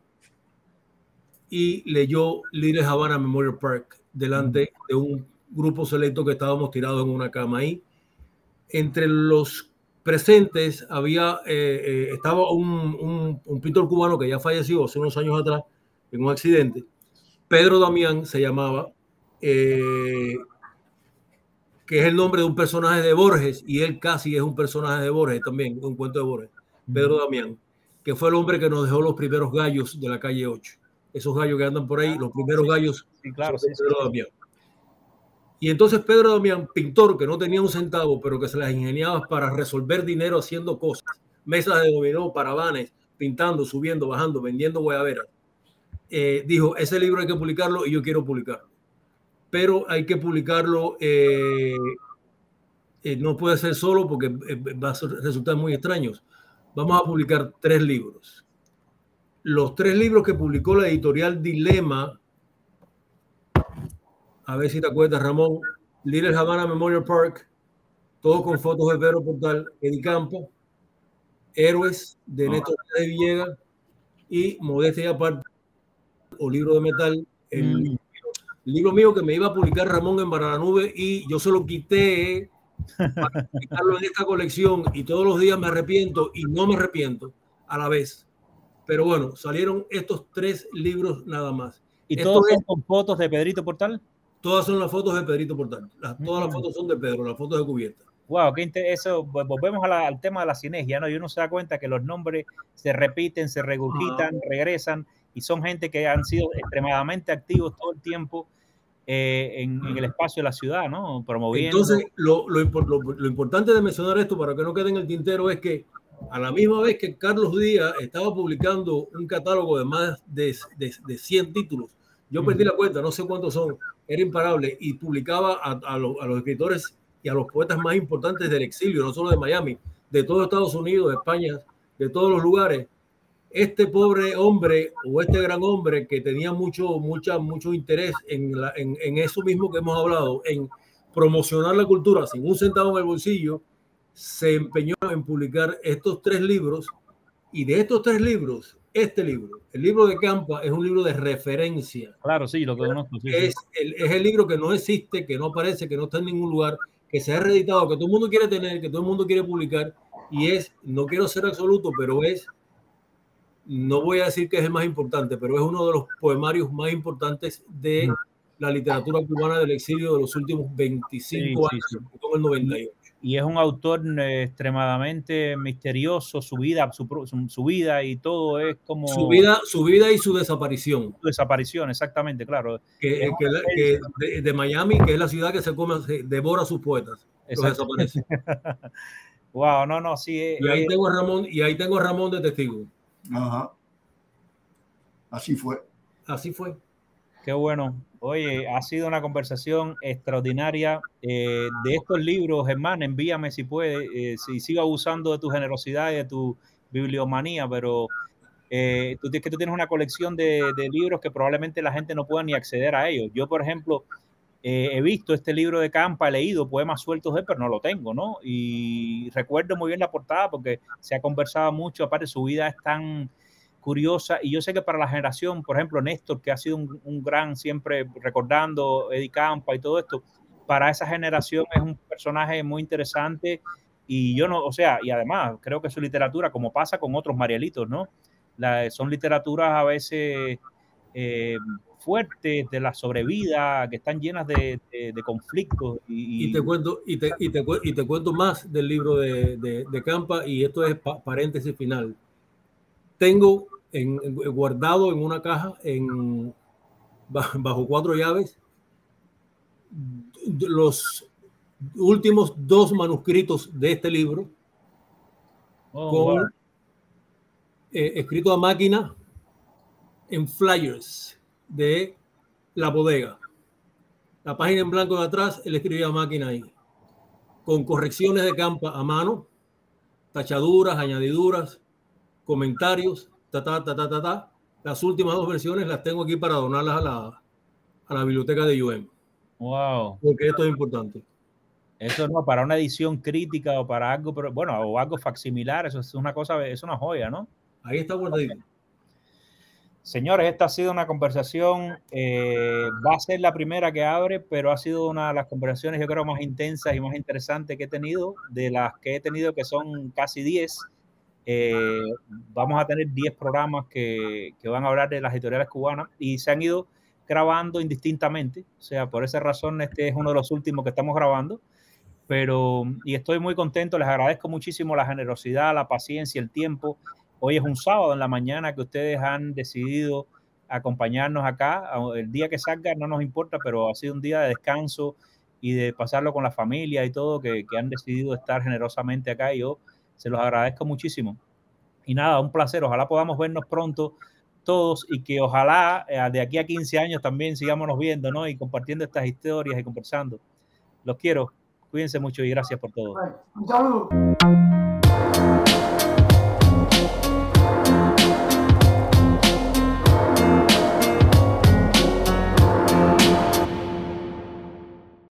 Y leyó Little Havana Memorial Park delante de un grupo selecto que estábamos tirados en una cama ahí. Entre los presentes estaba un pintor cubano que ya falleció hace unos años atrás en un accidente. Pedro Damián se llamaba, que es el nombre de un personaje de Borges, y él casi es un personaje de Borges también, un cuento de Borges. Pedro Damián, que fue el hombre que nos dejó los primeros gallos de la calle 8. Esos gallos que andan por ahí, los primeros gallos, claro, Pedro Damián. Y entonces Pedro Damián, pintor que no tenía un centavo, pero que se las ingeniaba para resolver dinero haciendo cosas, mesas de dominó, paravanes, pintando, subiendo, bajando, vendiendo guayaberas. dijo, ese libro hay que publicarlo y yo quiero publicarlo. Pero hay que publicarlo, no puede ser solo porque va a resultar muy extraño. Vamos a publicar 3 libros. Los 3 libros que publicó la editorial Dilema, a ver si te acuerdas, Ramón, Little Havana Memorial Park, todo con fotos de Pedro Portal, Eddie Campo, Héroes de Néstor de Villegas y Modestia y Aparte, o Libro de Metal, el libro mío que me iba a publicar Ramón en Para la Nube, y yo se lo quité para publicarlo en esta colección, y todos los días me arrepiento y no me arrepiento a la vez. Pero bueno, salieron estos 3 libros nada más. ¿Y todos son con fotos de Pedrito Portal? Todas son las fotos de Pedrito Portal. Todas las fotos son de Pedro, las fotos de cubierta. Wow, eso, volvemos al tema de la sinergia, ¿no? Y uno se da cuenta que los nombres se repiten, se regurgitan, regresan, y son gente que han sido extremadamente activos todo el tiempo en el espacio de la ciudad, ¿no? Promoviendo. Entonces, lo importante de mencionar esto, para que no quede en el tintero, es que a la misma vez que Carlos Díaz estaba publicando un catálogo de más de 100 títulos, yo perdí la cuenta, no sé cuántos son, era imparable, y publicaba a los escritores y a los poetas más importantes del exilio, no solo de Miami, de todo Estados Unidos, de España, de todos los lugares. Este pobre hombre, o este gran hombre que tenía mucho interés en eso mismo que hemos hablado, en promocionar la cultura sin un centavo en el bolsillo, se empeñó en publicar estos 3 libros, y de estos 3 libros, este libro, el libro de Campa, es un libro de referencia. Claro, sí, lo que conozco. Sí, es el libro que no existe, que no aparece, que no está en ningún lugar, que se ha reeditado, que todo el mundo quiere tener, que todo el mundo quiere publicar, y no quiero ser absoluto, pero no voy a decir que es el más importante, pero es uno de los poemarios más importantes de la literatura cubana del exilio de los últimos 25 años, con el 98. Y es un autor extremadamente misterioso, su vida y todo es como... Su vida y su desaparición. Su desaparición, exactamente, claro. De Miami, que es la ciudad que se devora a sus poetas. Los desaparece. Wow, no, sí. Y ahí tengo a Ramón de testigo. Ajá. Así fue. Qué bueno. Oye, ha sido una conversación extraordinaria. De estos libros, Germán, envíame si puede. Si sigo abusando de tu generosidad y de tu bibliomanía, pero tú tienes una colección de libros que probablemente la gente no pueda ni acceder a ellos. Yo, por ejemplo, he visto este libro de Campa, he leído poemas sueltos de él, pero no lo tengo, ¿no? Y recuerdo muy bien la portada porque se ha conversado mucho. Aparte, su vida es tan curiosa, y yo sé que para la generación, por ejemplo, Néstor, que ha sido un gran, siempre recordando Eddie Campa y todo esto, para esa generación es un personaje muy interesante, y y además creo que su literatura, como pasa con otros Marielitos, ¿no? Son literaturas a veces fuertes, de la sobrevida, que están llenas de conflictos. Y te cuento más del libro de Campa, y esto es paréntesis final. Tengo guardado en una caja bajo 4 llaves los últimos 2 manuscritos de este libro, escrito a máquina en flyers de La Bodega. La página en blanco de atrás, él escribía a máquina ahí, con correcciones de Campa a mano, tachaduras, añadiduras, comentarios, Las últimas 2 versiones las tengo aquí para donarlas a la biblioteca de UM. Wow. Porque esto es importante. Eso no, para una edición crítica o para algo, pero bueno, o algo facsimilar, eso es una cosa, es una joya, ¿no? Ahí está guardadito. Señores, esta ha sido una conversación, va a ser la primera que abre, pero ha sido una de las conversaciones, yo creo, más intensas y más interesantes que he tenido, de las que he tenido, que son casi 10. Vamos a tener 10 programas que van a hablar de las editoriales cubanas, y se han ido grabando indistintamente, o sea, por esa razón este es uno de los últimos que estamos grabando, y estoy muy contento, les agradezco muchísimo la generosidad, la paciencia, el tiempo. Hoy es un sábado en la mañana que ustedes han decidido acompañarnos acá. El día que salga no nos importa, pero ha sido un día de descanso y de pasarlo con la familia y todo, que han decidido estar generosamente acá, y yo se los agradezco muchísimo. Y nada, un placer. Ojalá podamos vernos pronto todos y que ojalá de aquí a 15 años también sigamos viendo, ¿no? Y compartiendo estas historias y conversando. Los quiero. Cuídense mucho y gracias por todo. Un saludo.